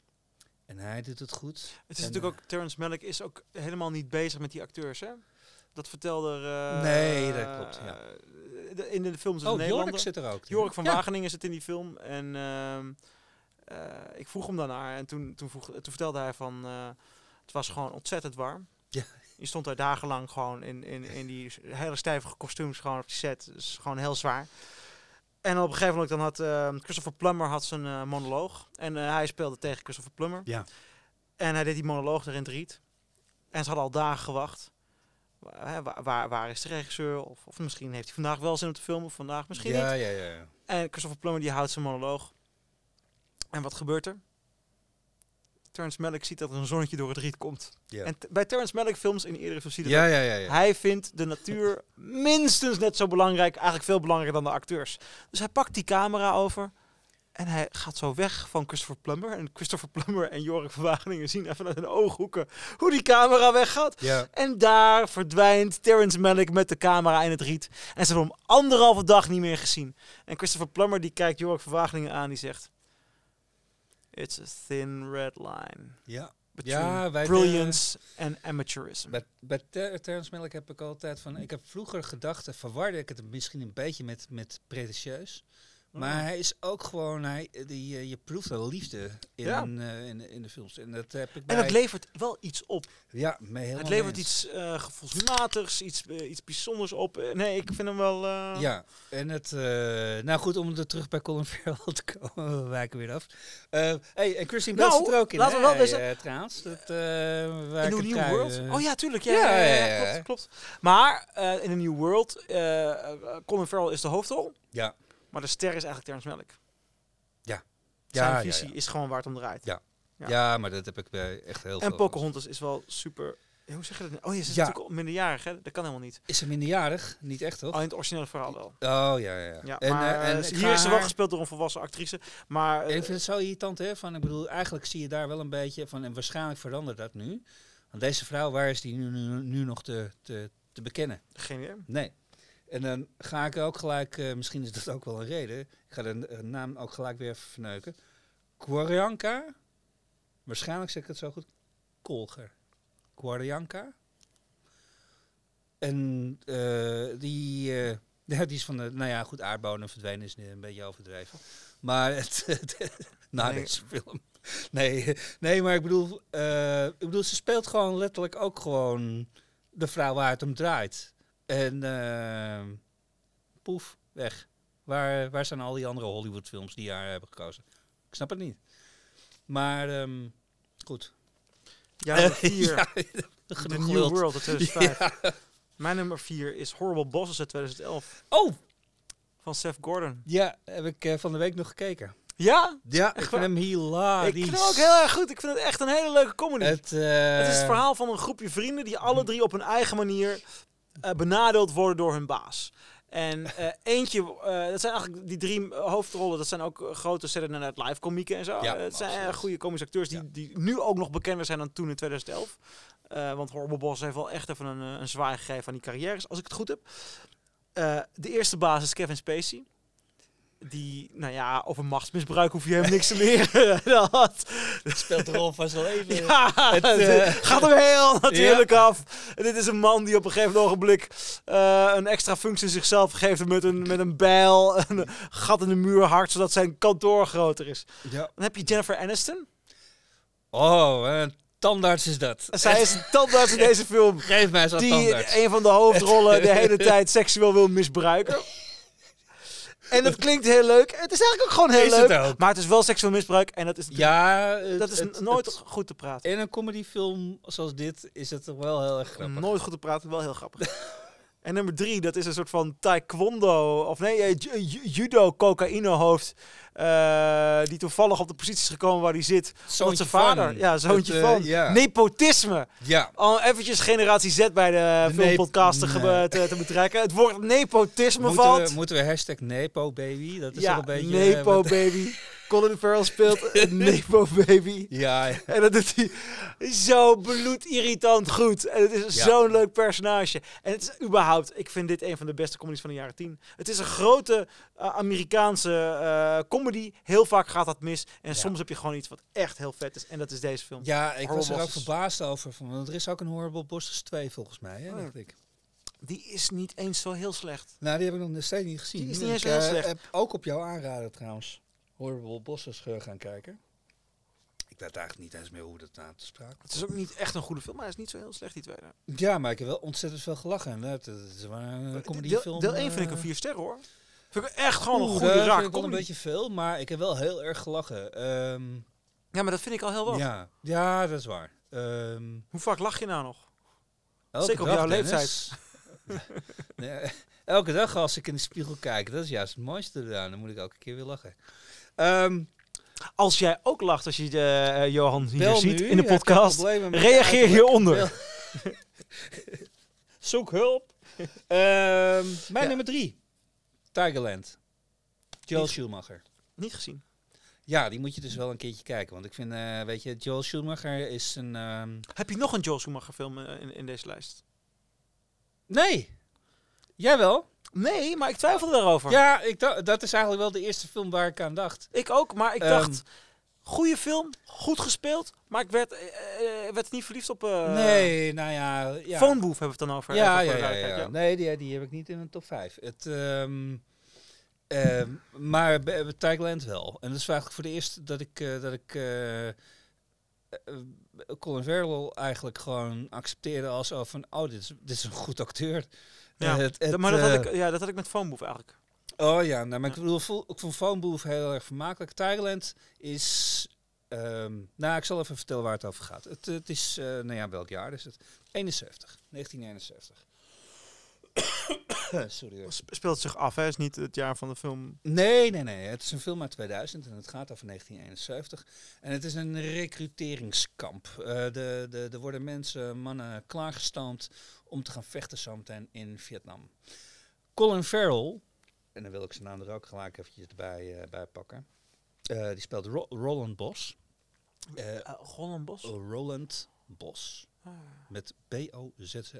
en hij doet het goed. Het is en, natuurlijk ook, Terrence Malick is ook helemaal niet bezig met die acteurs, hè? Dat vertelde er... Uh, nee, dat klopt, ja. De, in de films is oh, een Nederlander. Jorik zit er ook. Jorik van ja. Wageningen zit in die film. En uh, uh, ik vroeg hem daarnaar. En toen, toen, vroeg, toen vertelde hij van... Uh, het was gewoon ontzettend warm. Ja. Je stond daar dagenlang gewoon in, in, in die hele stijve kostuums gewoon op die set. Dus gewoon heel zwaar. En op een gegeven moment dan had uh, Christopher Plummer had zijn uh, monoloog. En uh, hij speelde tegen Christopher Plummer. Ja. En hij deed die monoloog erin het riet. En ze hadden al dagen gewacht. Waar, waar, waar, waar is de regisseur? Of, of misschien heeft hij vandaag wel zin om te filmen. Of vandaag misschien ja, niet. Ja, ja, ja. En Christopher Plummer die houdt zijn monoloog. En wat gebeurt er? Terrence Malick ziet dat er een zonnetje door het riet komt. Ja. En t- bij Terrence Malick films in de eerdere films zie je ja, dat ja, ja, ja. hij vindt de natuur minstens net zo belangrijk, eigenlijk veel belangrijker dan de acteurs. Dus hij pakt die camera over En hij gaat zo weg van Christopher Plummer. En Christopher Plummer en Jorik van Wageningen zien even uit hun ooghoeken hoe die camera weggaat. Ja. En daar verdwijnt Terrence Malick met de camera in het riet. En ze hebben hem anderhalve dag niet meer gezien. En Christopher Plummer die kijkt Jorik van Wageningen aan die zegt... It's a thin red line. Ja. Between Ja, wij brilliance en amateurism. Bij, bij Ter- Terrence Malick heb ik altijd van... Ik heb vroeger gedacht, en verwarde ik het misschien een beetje met, met pretentieus. Maar Oh. hij is ook gewoon... Hij, die, uh, je proeft wel liefde in, Ja. uh, in, in de films. En dat heb ik bij... En het levert wel iets op. Ja, mee helemaal Het levert eens. iets uh, gevoelsmatigs, iets, uh, iets bijzonders op. Uh, nee, ik vind hem wel... Uh... Ja, en het... Uh, nou goed, om er terug bij Colin Farrell te komen. We wijken weer af. Uh, hey, en Christine Bale Nou, zit er ook in, laten hè? we wel Hey, wezen- uh, trouwens. Dat, uh, In The New World? Uh, Oh ja, tuurlijk. Ja, Ja, ja, ja, ja, ja, ja. klopt, klopt. Maar uh, in The New World, uh, uh, Colin Farrell is de hoofdrol. Ja. Maar de ster is eigenlijk Terrence Malick. Ja. Zijn Ja, visie ja, ja. is gewoon waar het om draait. Ja. Ja. Ja, maar dat heb ik bij echt heel veel. En Pocahontas is wel super... Hoe zeg je dat? Oh, je is Ja. natuurlijk al minderjarig, hè? Dat kan helemaal niet. Is ze minderjarig? Niet echt, toch? Al in het originele verhaal wel. Oh, ja, ja, ja. Ja, en, maar uh, en uh, ik hier ga is ze wel haar- gespeeld door een volwassen actrice. Maar uh, Ik vind het zo irritant, hè? Van, ik bedoel, eigenlijk zie je daar wel een beetje van... En waarschijnlijk verandert dat nu. Want deze vrouw, waar is die nu, nu, nu nog te, te, te bekennen? geen idee. Nee. En dan ga ik ook gelijk... Uh, misschien is dat ook wel een reden. Ik ga de uh, naam ook gelijk weer even verneuken. Q'orianka. Waarschijnlijk zeg ik het zo goed. Kolger. Q'orianka. En uh, die, uh, ja, die is van de, nou ja, goed, aardbodem verdwenen is een beetje overdreven. Maar het, het na Nee. deze film. Nee, nee, maar ik bedoel, uh, ik bedoel, ze speelt gewoon letterlijk ook gewoon de vrouw waar het om draait. En uh, poef, weg. Waar, waar zijn al die andere Hollywood-films die haar hebben gekozen? Ik snap het niet. Maar um, goed. Ja, nummer vier. Ja, The genoeg New geluld. World uit tweeduizend vijf. Ja. Mijn nummer vier is Horrible Bosses uit tweeduizend elf. Oh, Van Seth Gordon. ja, heb ik uh, van de week nog gekeken. Ja? Ja, ik Echt vind waar? hem hilarisch. Ik vind hem ook heel erg goed. Ik vind het echt een hele leuke comedy. Het, uh, Het is het verhaal van een groepje vrienden die alle drie op hun eigen manier uh, benadeeld worden door hun baas. En uh, eentje, uh, dat zijn eigenlijk die drie hoofdrollen, dat zijn ook uh, grote Saturday Night Live komieken en zo. Ja, Uh, het zijn uh, absoluut. goede komische acteurs die, Ja. die nu ook nog bekender zijn dan toen in tweeduizend elf. Uh, want Horrible Boss heeft wel echt even een, uh, een zwaai gegeven aan die carrières, als ik het goed heb. Uh, de eerste baas is Kevin Spacey. Die, nou ja, over machtsmisbruik hoef je hem niks te leren. dat speelt de rol van zijn leven. ja, Het, het uh, gaat hem heel natuurlijk af. En dit is een man die op een gegeven ogenblik uh, een extra functie zichzelf geeft met een, met een bijl, een gat in de muur hakt, zodat zijn kantoor groter is. Ja. Dan heb je Jennifer Aniston. Oh, een tandarts is dat. Zij is een tandarts in deze film. Geef mij zo'n Die tandarts. een van de hoofdrollen de hele tijd seksueel wil misbruiken. En dat klinkt heel leuk. Het is eigenlijk ook gewoon heel Is het leuk. ook? Maar het is wel seksueel misbruik. En dat is, Ja, het, dat is het, nooit het- goed te praten. in een comedyfilm zoals dit is het toch wel heel erg grappig. Nooit goed te praten, wel heel grappig. En nummer drie, dat is een soort van taekwondo, of nee, eh, ju- ju- judo cocaïne-hoofd, uh, die toevallig op de positie is gekomen waar hij zit. Omdat zijn vader, van. ja, zoontje Het, uh, van. ja. Nepotisme. Ja. Al eventjes generatie Z bij de, De filmpodcast te, nep- gebe- nee. te, te betrekken. Het woord nepotisme Moeten valt. we, moeten we hashtag Nepo baby? Dat is Ja, wel een beetje... Nepo eh, wat- baby. Colin Farrell speelt een Nepo baby. Ja, En dat doet hij zo bloedirritant goed. En het is Ja. zo'n leuk personage. En het is überhaupt, ik vind dit een van de beste comedies van de jaren tien. Het is een grote uh, Amerikaanse uh, comedy. Heel vaak gaat dat mis. En Ja. soms heb je gewoon iets wat echt heel vet is. En dat is deze film. ja, ik was Horrible er ook Bosses. verbaasd over. Van, want er is ook een Horrible Bosses twee volgens mij, hè, Oh. dacht ik. Die is niet eens zo heel slecht. Nou, die heb ik nog steeds niet gezien. Die is niet Ik, eens heel eh, slecht. heb ook op jouw aanraden trouwens Horrible Bosses ge- gaan kijken. Ik weet eigenlijk niet eens meer hoe dat na te sprake. Het is ook niet echt een goede film, maar hij is niet zo heel slecht, die tweede. Ja, maar ik heb wel ontzettend veel gelachen. inderdaad. Het is wel een Deel, comedyfilm. deel één vind ik een eh, vier sterren hoor. Vind ik echt gewoon een oeh, goede dat rare vind ik wel een comedy. beetje veel, maar ik heb wel heel erg gelachen. Ehm, Ja, maar dat vind ik al heel wat. ja. ja, dat is waar. Ehm, Hoe vaak lach je nou nog? elke Zeker op dag, jouw Dennis. Nee, elke dag als ik in de spiegel kijk, dat is juist het mooiste eraan. Dan moet ik elke keer weer lachen. Ehm, Als jij ook lacht als je de, uh, Johan hier bel ziet nu, in de je hebt podcast, problemen met reageer uiterlijk. hieronder. Bel- Zoek hulp. Ehm, mijn Ja. nummer drie. Tigerland. Joel Niet- Schumacher. Niet gezien. Ja, die moet je dus wel een keertje kijken. Want ik vind, uh, weet je, Joel Schumacher is een... Um... Heb je nog een Joel Schumacher film uh, in, in deze lijst? Nee. Jij wel? Nee, maar ik twijfelde daarover. Ja, ik dacht, dat is eigenlijk wel de eerste film waar ik aan dacht. Ik ook, maar ik Um, dacht... Goeie film, goed gespeeld, maar ik werd, uh, werd niet verliefd op... Uh, nee, nou ja... ja. Phone Booth hebben we het dan over. Ja, ja, ja, ja, ja, ja. Nee, die, die heb ik niet in mijn top vijf. Het... Um, Uh, maar bij Tigerland wel. En dat is eigenlijk voor de eerste dat ik, uh, dat ik uh, uh, Colin Farrell eigenlijk gewoon accepteerde als oh, van, oh, dit is, dit is een goed acteur. Ja, uh, het, het, maar dat uh, had, ik, ja, dat had ik met Phone Booth eigenlijk. Oh ja, nou, maar ja. ik bedoel, ik vond Phone Booth heel erg vermakelijk. Tigerland is... Um, nou, ik zal even vertellen waar het over gaat. Het, het is, uh, nou ja, welk jaar is het? eenenzeventig, negentien eenenzeventig. Sorry. Speelt zich af, hè? Is niet het jaar van de film. Nee, nee, nee. Het is een film uit tweeduizend en het gaat over negentien eenenzeventig. En het is een recruteringskamp. Uh, de, de, er worden mensen, mannen, klaargestoomd om te gaan vechten zometeen in Vietnam. Colin Farrell, en dan wil ik zijn naam er ook gelijk eventjes bij, uh, bij pakken. Uh, die speelt Ro- Roland Bos. Uh, uh, Roland Bos? Roland Bos. Ah. Met B O Z Z.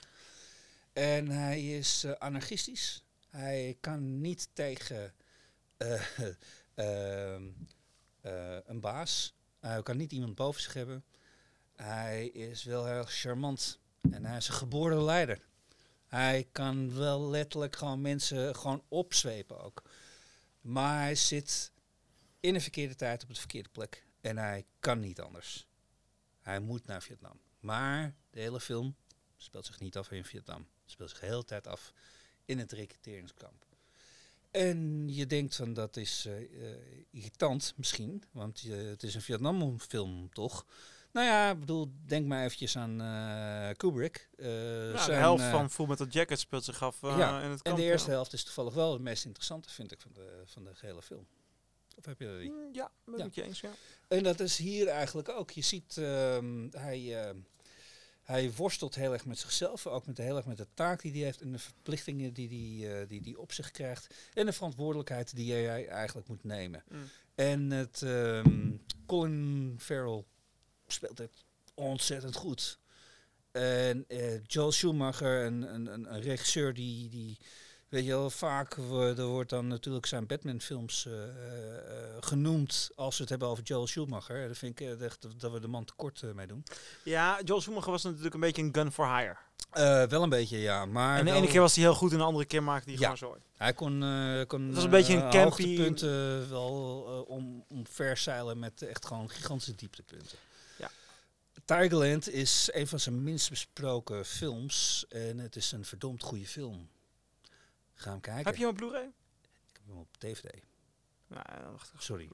En hij is uh, anarchistisch. Hij kan niet tegen uh, uh, uh, een baas. Hij kan niet iemand boven zich hebben. Hij is wel heel charmant. En hij is een geboren leider. Hij kan wel letterlijk gewoon mensen gewoon opzwepen ook. Maar hij zit in de verkeerde tijd op de verkeerde plek. En hij kan niet anders. Hij moet naar Vietnam. Maar de hele film speelt zich niet af in Vietnam. Het speelt zich de hele tijd af in het recruteringskamp. En je denkt van dat is uh, uh, irritant misschien, want uh, het is een Vietnam-film toch? Nou ja, ik bedoel, denk maar eventjes aan uh, Kubrick. Uh, ja, zijn, de helft uh, van Full Metal Jacket speelt zich af uh, ja, in het kamp. En de eerste ja. helft is toevallig wel het meest interessante, vind ik, van de, van de gehele film. Of heb je dat niet? Mm, ja, ben ja. ik je eens, ja. En dat is hier eigenlijk ook. Je ziet, uh, hij... Uh, Hij worstelt heel erg met zichzelf, ook met, heel erg met de taak die hij heeft en de verplichtingen die hij uh, die, die op zich krijgt. En de verantwoordelijkheid die hij eigenlijk moet nemen. Mm. En het, um, Colin Farrell speelt het ontzettend goed. En uh, Joel Schumacher, een, een, een regisseur die, die weet je wel, vaak, er wordt dan natuurlijk zijn Batman-films uh, uh, genoemd als we het hebben over Joel Schumacher. Dat vind ik echt dat we de man tekort uh, mee doen. Ja, Joel Schumacher was natuurlijk een beetje een gun for hire. Uh, wel een beetje, ja. Maar en de wel, ene keer was hij heel goed en de andere keer maakte hij ja, gewoon zo. Hij kon, uh, kon het was een beetje een campy punten wel uh, om, om verzeilen met echt gewoon gigantische dieptepunten. Ja. Tigerland is een van zijn minst besproken films en het is een verdomd goede film. Ga hem kijken. Heb je hem op Blu-ray? Ik heb hem op D V D. Nou, wacht, sorry.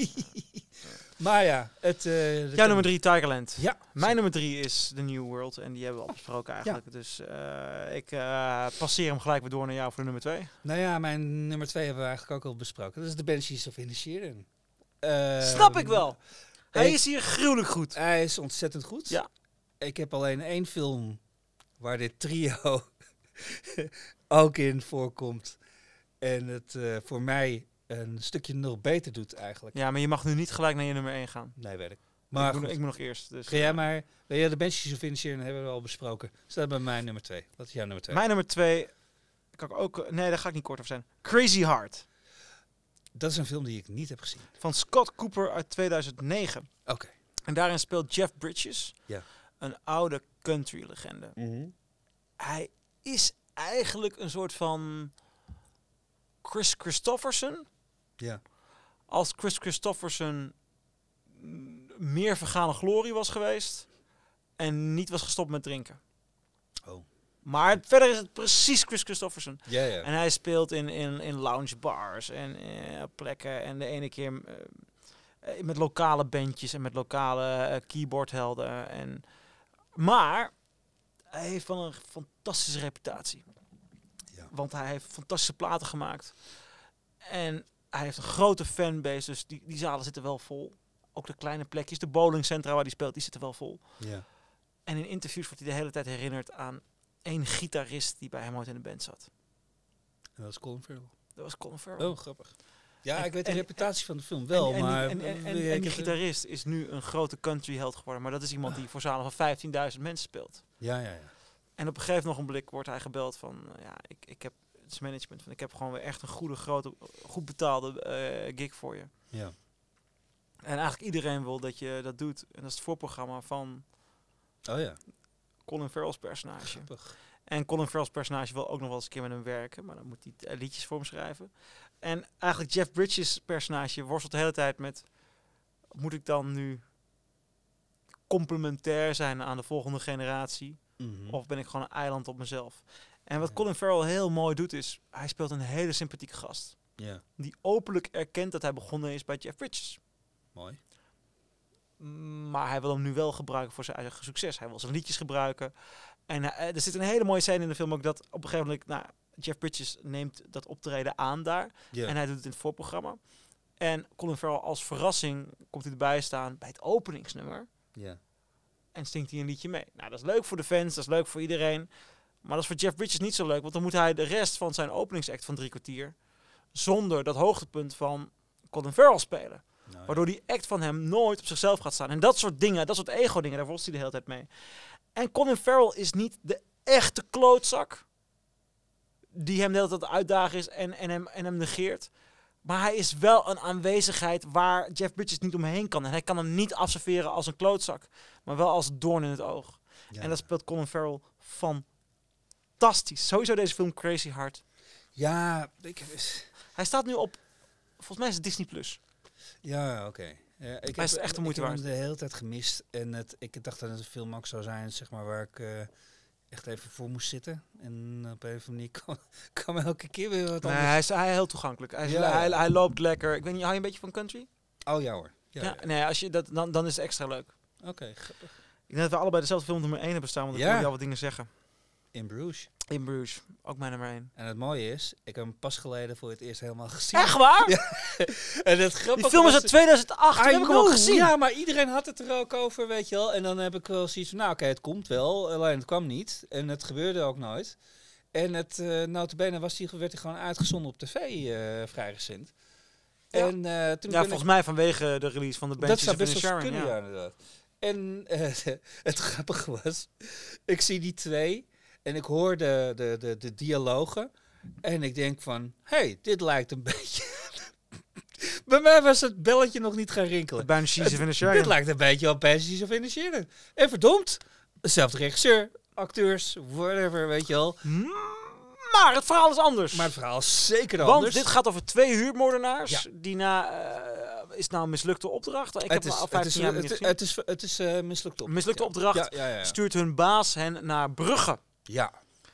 Maar ja, het... Uh, Jouw nummer drie, Tigerland. Ja. Mijn nummer drie is The New World en die hebben we al besproken eigenlijk. Ja. Dus uh, ik uh, passeer hem gelijk weer door naar jou voor de nummer twee. Nou ja, mijn nummer twee hebben we eigenlijk ook al besproken. Dat is The Banshees of Inisherin. Uh, Snap ik wel. Hij ik, is hier gruwelijk goed. Hij is ontzettend goed. Ja. Ik heb alleen één film waar dit trio ook in voorkomt. En het uh, voor mij een stukje nog beter doet eigenlijk. Ja, maar je mag nu niet gelijk naar je nummer één gaan. Nee, weet ik. Maar ik moet, ik moet nog eerst. Dus, Ga jij uh, maar... Weet je, de Banshees of Inisherin hebben we al besproken. Staat bij mijn nummer twee. Wat is jouw nummer twee? Mijn nummer twee... Kan ik ook, nee, daar ga ik niet kort over zijn. Crazy Heart. Dat is een film die ik niet heb gezien. Van Scott Cooper uit tweeduizend negen. Oké. Okay. En daarin speelt Jeff Bridges. Ja. Een oude country-legende. Mm-hmm. Hij is eigenlijk een soort van Chris Christopherson. Ja. Als Chris Christopherson meer vergane glorie was geweest en niet was gestopt met drinken. Oh. Maar verder is het precies Chris Christopherson. Ja, ja. En hij speelt in, in, in loungebars en uh, plekken. En de ene keer uh, met lokale bandjes en met lokale uh, keyboardhelden. En, maar hij heeft wel een fantastische reputatie. Ja. Want hij heeft fantastische platen gemaakt. En hij heeft een grote fanbase, dus die, die zalen zitten wel vol. Ook de kleine plekjes, de bowlingcentra waar hij speelt, die zitten wel vol. Ja. En in interviews wordt hij de hele tijd herinnerd aan één gitarist die bij hem ooit in de band zat. En dat was Colin Farrell. Dat was Colin Farrell. Oh, grappig. Ja, En- ik weet de en- reputatie van de film wel, en, en, maar... En, en, en, en, ik en die heb- gitarist is nu een grote countryheld geworden. Maar dat is iemand die voor zalen van vijftienduizend mensen speelt. Ja, ja, ja. En op een gegeven nog een blik wordt hij gebeld van... Uh, ja, ik, ik heb het management van... Ik heb gewoon weer echt een goede, grote, goed betaalde uh, gig voor je. Ja. En eigenlijk iedereen wil dat je dat doet. En dat is het voorprogramma van Oh ja. Colin Farrell's personage. Grappig. En Colin Farrell's personage wil ook nog wel eens een keer met hem werken. Maar dan moet hij uh, liedjes voor hem schrijven. En eigenlijk Jeff Bridges' personage worstelt de hele tijd met... Moet ik dan nu complementair zijn aan de volgende generatie? Mm-hmm. Of ben ik gewoon een eiland op mezelf? En wat Ja. Colin Farrell heel mooi doet is... Hij speelt een hele sympathieke gast. Ja, Die openlijk erkent dat hij begonnen is bij Jeff Bridges. mooi. Maar hij wil hem nu wel gebruiken voor zijn eigen succes. Hij wil zijn liedjes gebruiken. En uh, er zit een hele mooie scène in de film ook dat op een gegeven moment... Nou, Jeff Bridges neemt dat optreden aan daar. Ja. En hij doet het in het voorprogramma. En Colin Farrell als verrassing komt hij erbij staan bij het openingsnummer. Ja. En zingt hij een liedje mee. Nou, dat is leuk voor de fans, dat is leuk voor iedereen. Maar dat is voor Jeff Bridges niet zo leuk. Want dan moet hij de rest van zijn openingsact van drie kwartier... zonder dat hoogtepunt van Colin Farrell spelen. Nou, Waardoor die act van hem nooit op zichzelf gaat staan. En dat soort dingen, dat soort ego-dingen, daar worstelt hij de hele tijd mee. En Colin Farrell is niet de echte klootzak... die hem de hele tijd uitdagen is en, en, hem, en hem negeert. Maar hij is wel een aanwezigheid waar Jeff Bridges niet omheen kan. En hij kan hem niet afserveren als een klootzak. Maar wel als doorn in het oog. ja. En dat speelt Colin Farrell fantastisch. Sowieso deze film Crazy Heart. Ja, ik... Hij staat nu op... Volgens mij is het Disney+. Plus. Ja, oké. Ja, ik Hij is echt de moeite ik heb waard. hem de hele tijd gemist. En het, ik dacht dat het een film ook zou zijn, zeg maar, waar ik uh, echt even voor moest zitten. En op een of andere manier kwam, kwam elke keer weer wat Nee, anders. hij is, hij is heel toegankelijk. Hij, is, Ja. hij, hij loopt lekker. Ik weet niet, hou je een beetje van country? Oh ja hoor. Ja, Ja, ja. nee, als je dat, dan, dan is het extra leuk. Oké, grappig. Ik denk dat we allebei dezelfde film nummer één hebben staan, want ik Ja. wil je al wat dingen zeggen. In Bruges. In Bruges, ook mijn nummer één. En het mooie is, ik heb hem pas geleden voor het eerst helemaal gezien. Echt waar? Ja. En het grappige Die film is was- uit tweeduizend acht, toen I heb ik hem al know, gezien. Ja, maar iedereen had het er ook over, weet je wel. En dan heb ik wel zoiets van, nou oké, het komt wel. Alleen het kwam niet. En het gebeurde ook nooit. En het, uh, notabene was die, werd hij gewoon uitgezonden op tv, uh, vrij recent. Ja. En, uh, toen Ja, ben volgens mij vanwege de release van de ik, dat Banshees zou of best wel Inisherin. kunnen, ja. Ja. inderdaad. En uh, het grappige was, ik zie die twee en ik hoor de, de, de, de dialogen. En ik denk van, hé, hey, dit lijkt een beetje... Bij mij was het belletje nog niet gaan De rinkelen. Banshees of Dit Inisherin. lijkt een beetje op Banshees of Inisherin. En verdomd, dezelfde regisseur, acteurs, whatever, weet je wel. Maar het verhaal is anders. Maar het verhaal is zeker Want anders. dit gaat over twee huurmoordenaars Ja. die na... Uh, is nou een mislukte opdracht? Ik heb het hem is, al het is, vijftien jaar het, niet is, gezien. het is, het is uh, mislukte opdracht. Mislukte ja. opdracht. Ja, ja, ja. Stuurt hun baas hen naar Brugge. Ja.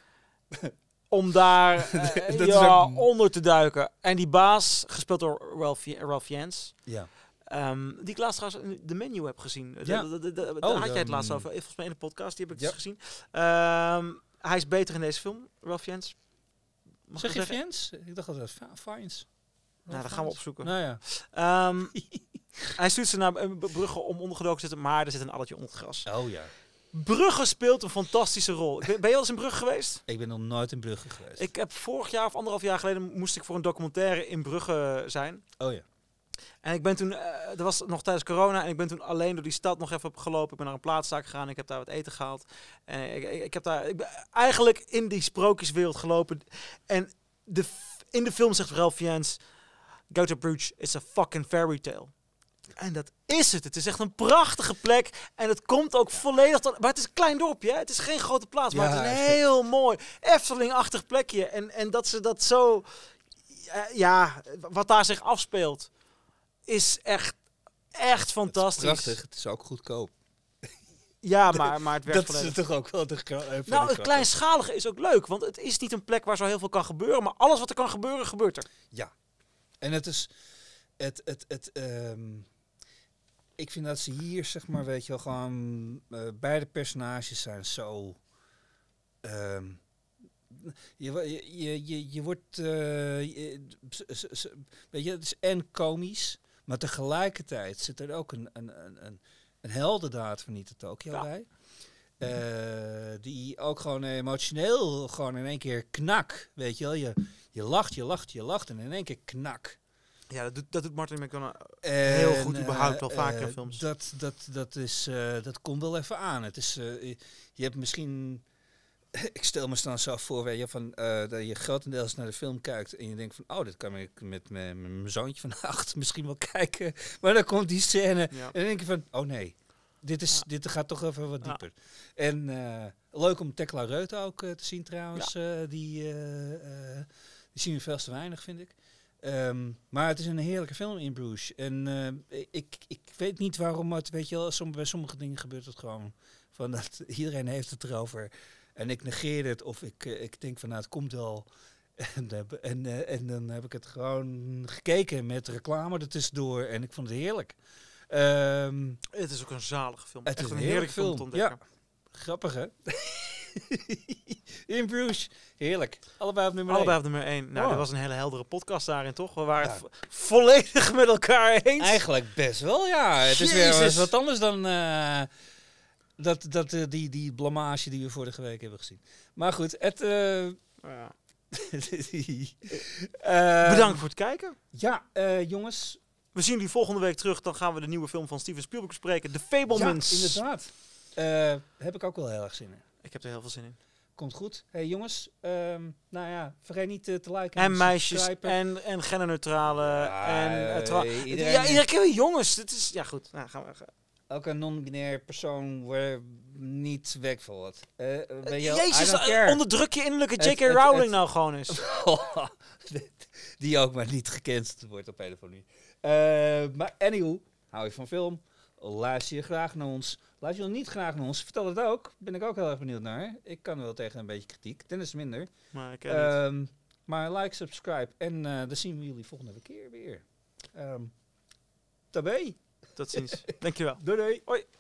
Om daar uh, Dat is ja, ook- onder te duiken. En die baas, gespeeld door Ralph, Ralph Fiennes... Ja. Um, die ik laatst trouwens in de menu heb gezien. Ja. De- de- de- de- Daar Oh, had jij het dan- laatst over. Volgens mij in de podcast, die heb ik Ja. dus gezien. Um, hij is beter in deze film, Ralph Fiennes. Mag Zeg ik je dat zeggen? Fiennes? Ik dacht dat het Fiennes. Nou, dat gaan we opzoeken. Nou ja. Um, hij stuurt ze naar uh, Brugge om ondergedoken te zitten, maar er zit een alletje onder het gras. Oh ja. Brugge speelt een fantastische rol. Ik Ben ben je al eens in Brugge geweest? Ik ben nog nooit in Brugge geweest. Ik heb vorig jaar of anderhalf jaar geleden moest ik voor een documentaire in Brugge zijn. Oh ja. En ik ben toen, uh, dat was nog tijdens corona, en ik ben toen alleen door die stad nog even gelopen. Ik ben naar een plaatszaak gegaan, ik heb daar wat eten gehaald. En ik, ik, ik heb daar, ik ben eigenlijk in die sprookjeswereld gelopen. En de, f- in de film zegt Ralph Fiennes, Go to Bruges, it's a fucking fairy tale. En dat is het. Het is echt een prachtige plek. En het komt ook volledig tot... Maar het is een klein dorpje, hè? Het is geen grote plaats. Maar Ja, het is een echt. heel mooi Efteling-achtig plekje. En, en dat ze dat zo... Ja, wat daar zich afspeelt... is echt, echt fantastisch. Het is prachtig. Het is ook goedkoop. Ja, maar, maar het werkt Dat is volledig. toch ook wel de gra- eh, Nou, het grap. kleinschalige is ook leuk. Want het is niet een plek waar zo heel veel kan gebeuren. Maar alles wat er kan gebeuren, gebeurt er. Ja. En het is... Het, het, het, ehm, ik vind dat ze hier, zeg maar, weet je wel, gewoon... Uh, beide personages zijn zo... ehm, je, wo- je, je, je, je wordt... uh, je, s- s- s- weet je, het is en komisch... Maar tegelijkertijd zit er ook een, een, een, een, een heldendaad van Nita Tokyo Ja. bij. Uh, die ook gewoon emotioneel gewoon in één keer knak. Weet je wel, je, je lacht, je lacht, je lacht en in één keer knak. Ja, dat doet, dat doet Martin McDonagh En, heel goed uh, überhaupt wel vaker uh, in films. Dat, dat, dat, is, uh, dat komt wel even aan. Het is, uh, je, je hebt misschien... Ik stel me dan zo voor, weet je, van, uh, dat je grotendeels naar de film kijkt en je denkt van, oh, dit kan ik met mijn zoontje van acht misschien wel kijken. Maar dan komt die scène Ja. en dan denk je van, oh nee, dit, is, Ja. dit gaat toch even wat Ja. dieper. En uh, leuk om Tekla Reut ook uh, te zien trouwens. Ja. Uh, die, uh, uh, die zien we veel te weinig, vind ik. Um, maar het is een heerlijke film in Bruges. En uh, ik, ik weet niet waarom het, weet je wel, som, bij sommige dingen gebeurt het gewoon. Van dat iedereen heeft het erover. En ik negeer het of ik, uh, ik denk van nou het komt wel. En, uh, en, uh, en dan heb ik het gewoon gekeken met reclame ertussendoor. En ik vond het heerlijk. Um, het is ook een zalige film. Het Echt is een een heerlijke film. film te ontdekken. Ja. Grappig hè? In Bruges. Heerlijk. Allebei op nummer Allebei één. op nummer één. Nou, Oh. dit was een hele heldere podcast daarin, toch? We waren Ja. het vo- volledig met elkaar eens. Eigenlijk best wel, ja. Het is weer Jezus. eens wat anders dan uh, dat, dat, uh, die, die blamage die we vorige week hebben gezien. Maar goed, het... Uh, Ja. uh, Bedankt voor het kijken. Ja, uh, jongens. We zien jullie volgende week terug. Dan gaan we de nieuwe film van Steven Spielberg bespreken. The Fablemans. Ja, inderdaad. Uh, heb ik ook wel heel erg zin in. Ik heb er heel veel zin in. Komt goed. Hey jongens, um, nou ja, vergeet niet uh, te liken. En te meisjes subscriben. en, en genderneutrale. Ja, en, uh, tra- iedereen- ja, iedere keer weer jongens. Het is, ja goed, nou gaan we. Gaan. Elke non-binair persoon wordt niet wegvalt. Uh, ben je Jezus, I don't care. onderdruk je innerlijke Het- J K het- Rowling het- nou gewoon eens. Die ook maar niet gecanceld wordt op een of andere manier. Uh, maar anyhow, hou je van film? Luister je graag naar ons? Luister je niet graag naar ons? Vertel het ook. Ben ik ook heel erg benieuwd naar. Ik kan wel tegen een beetje kritiek. Dennis minder. Maar, ik, uh, Um, maar like, subscribe. En uh, dan zien we jullie volgende keer weer. Um, tabé. Tot ziens. Dankjewel. Doei doei. Hoi.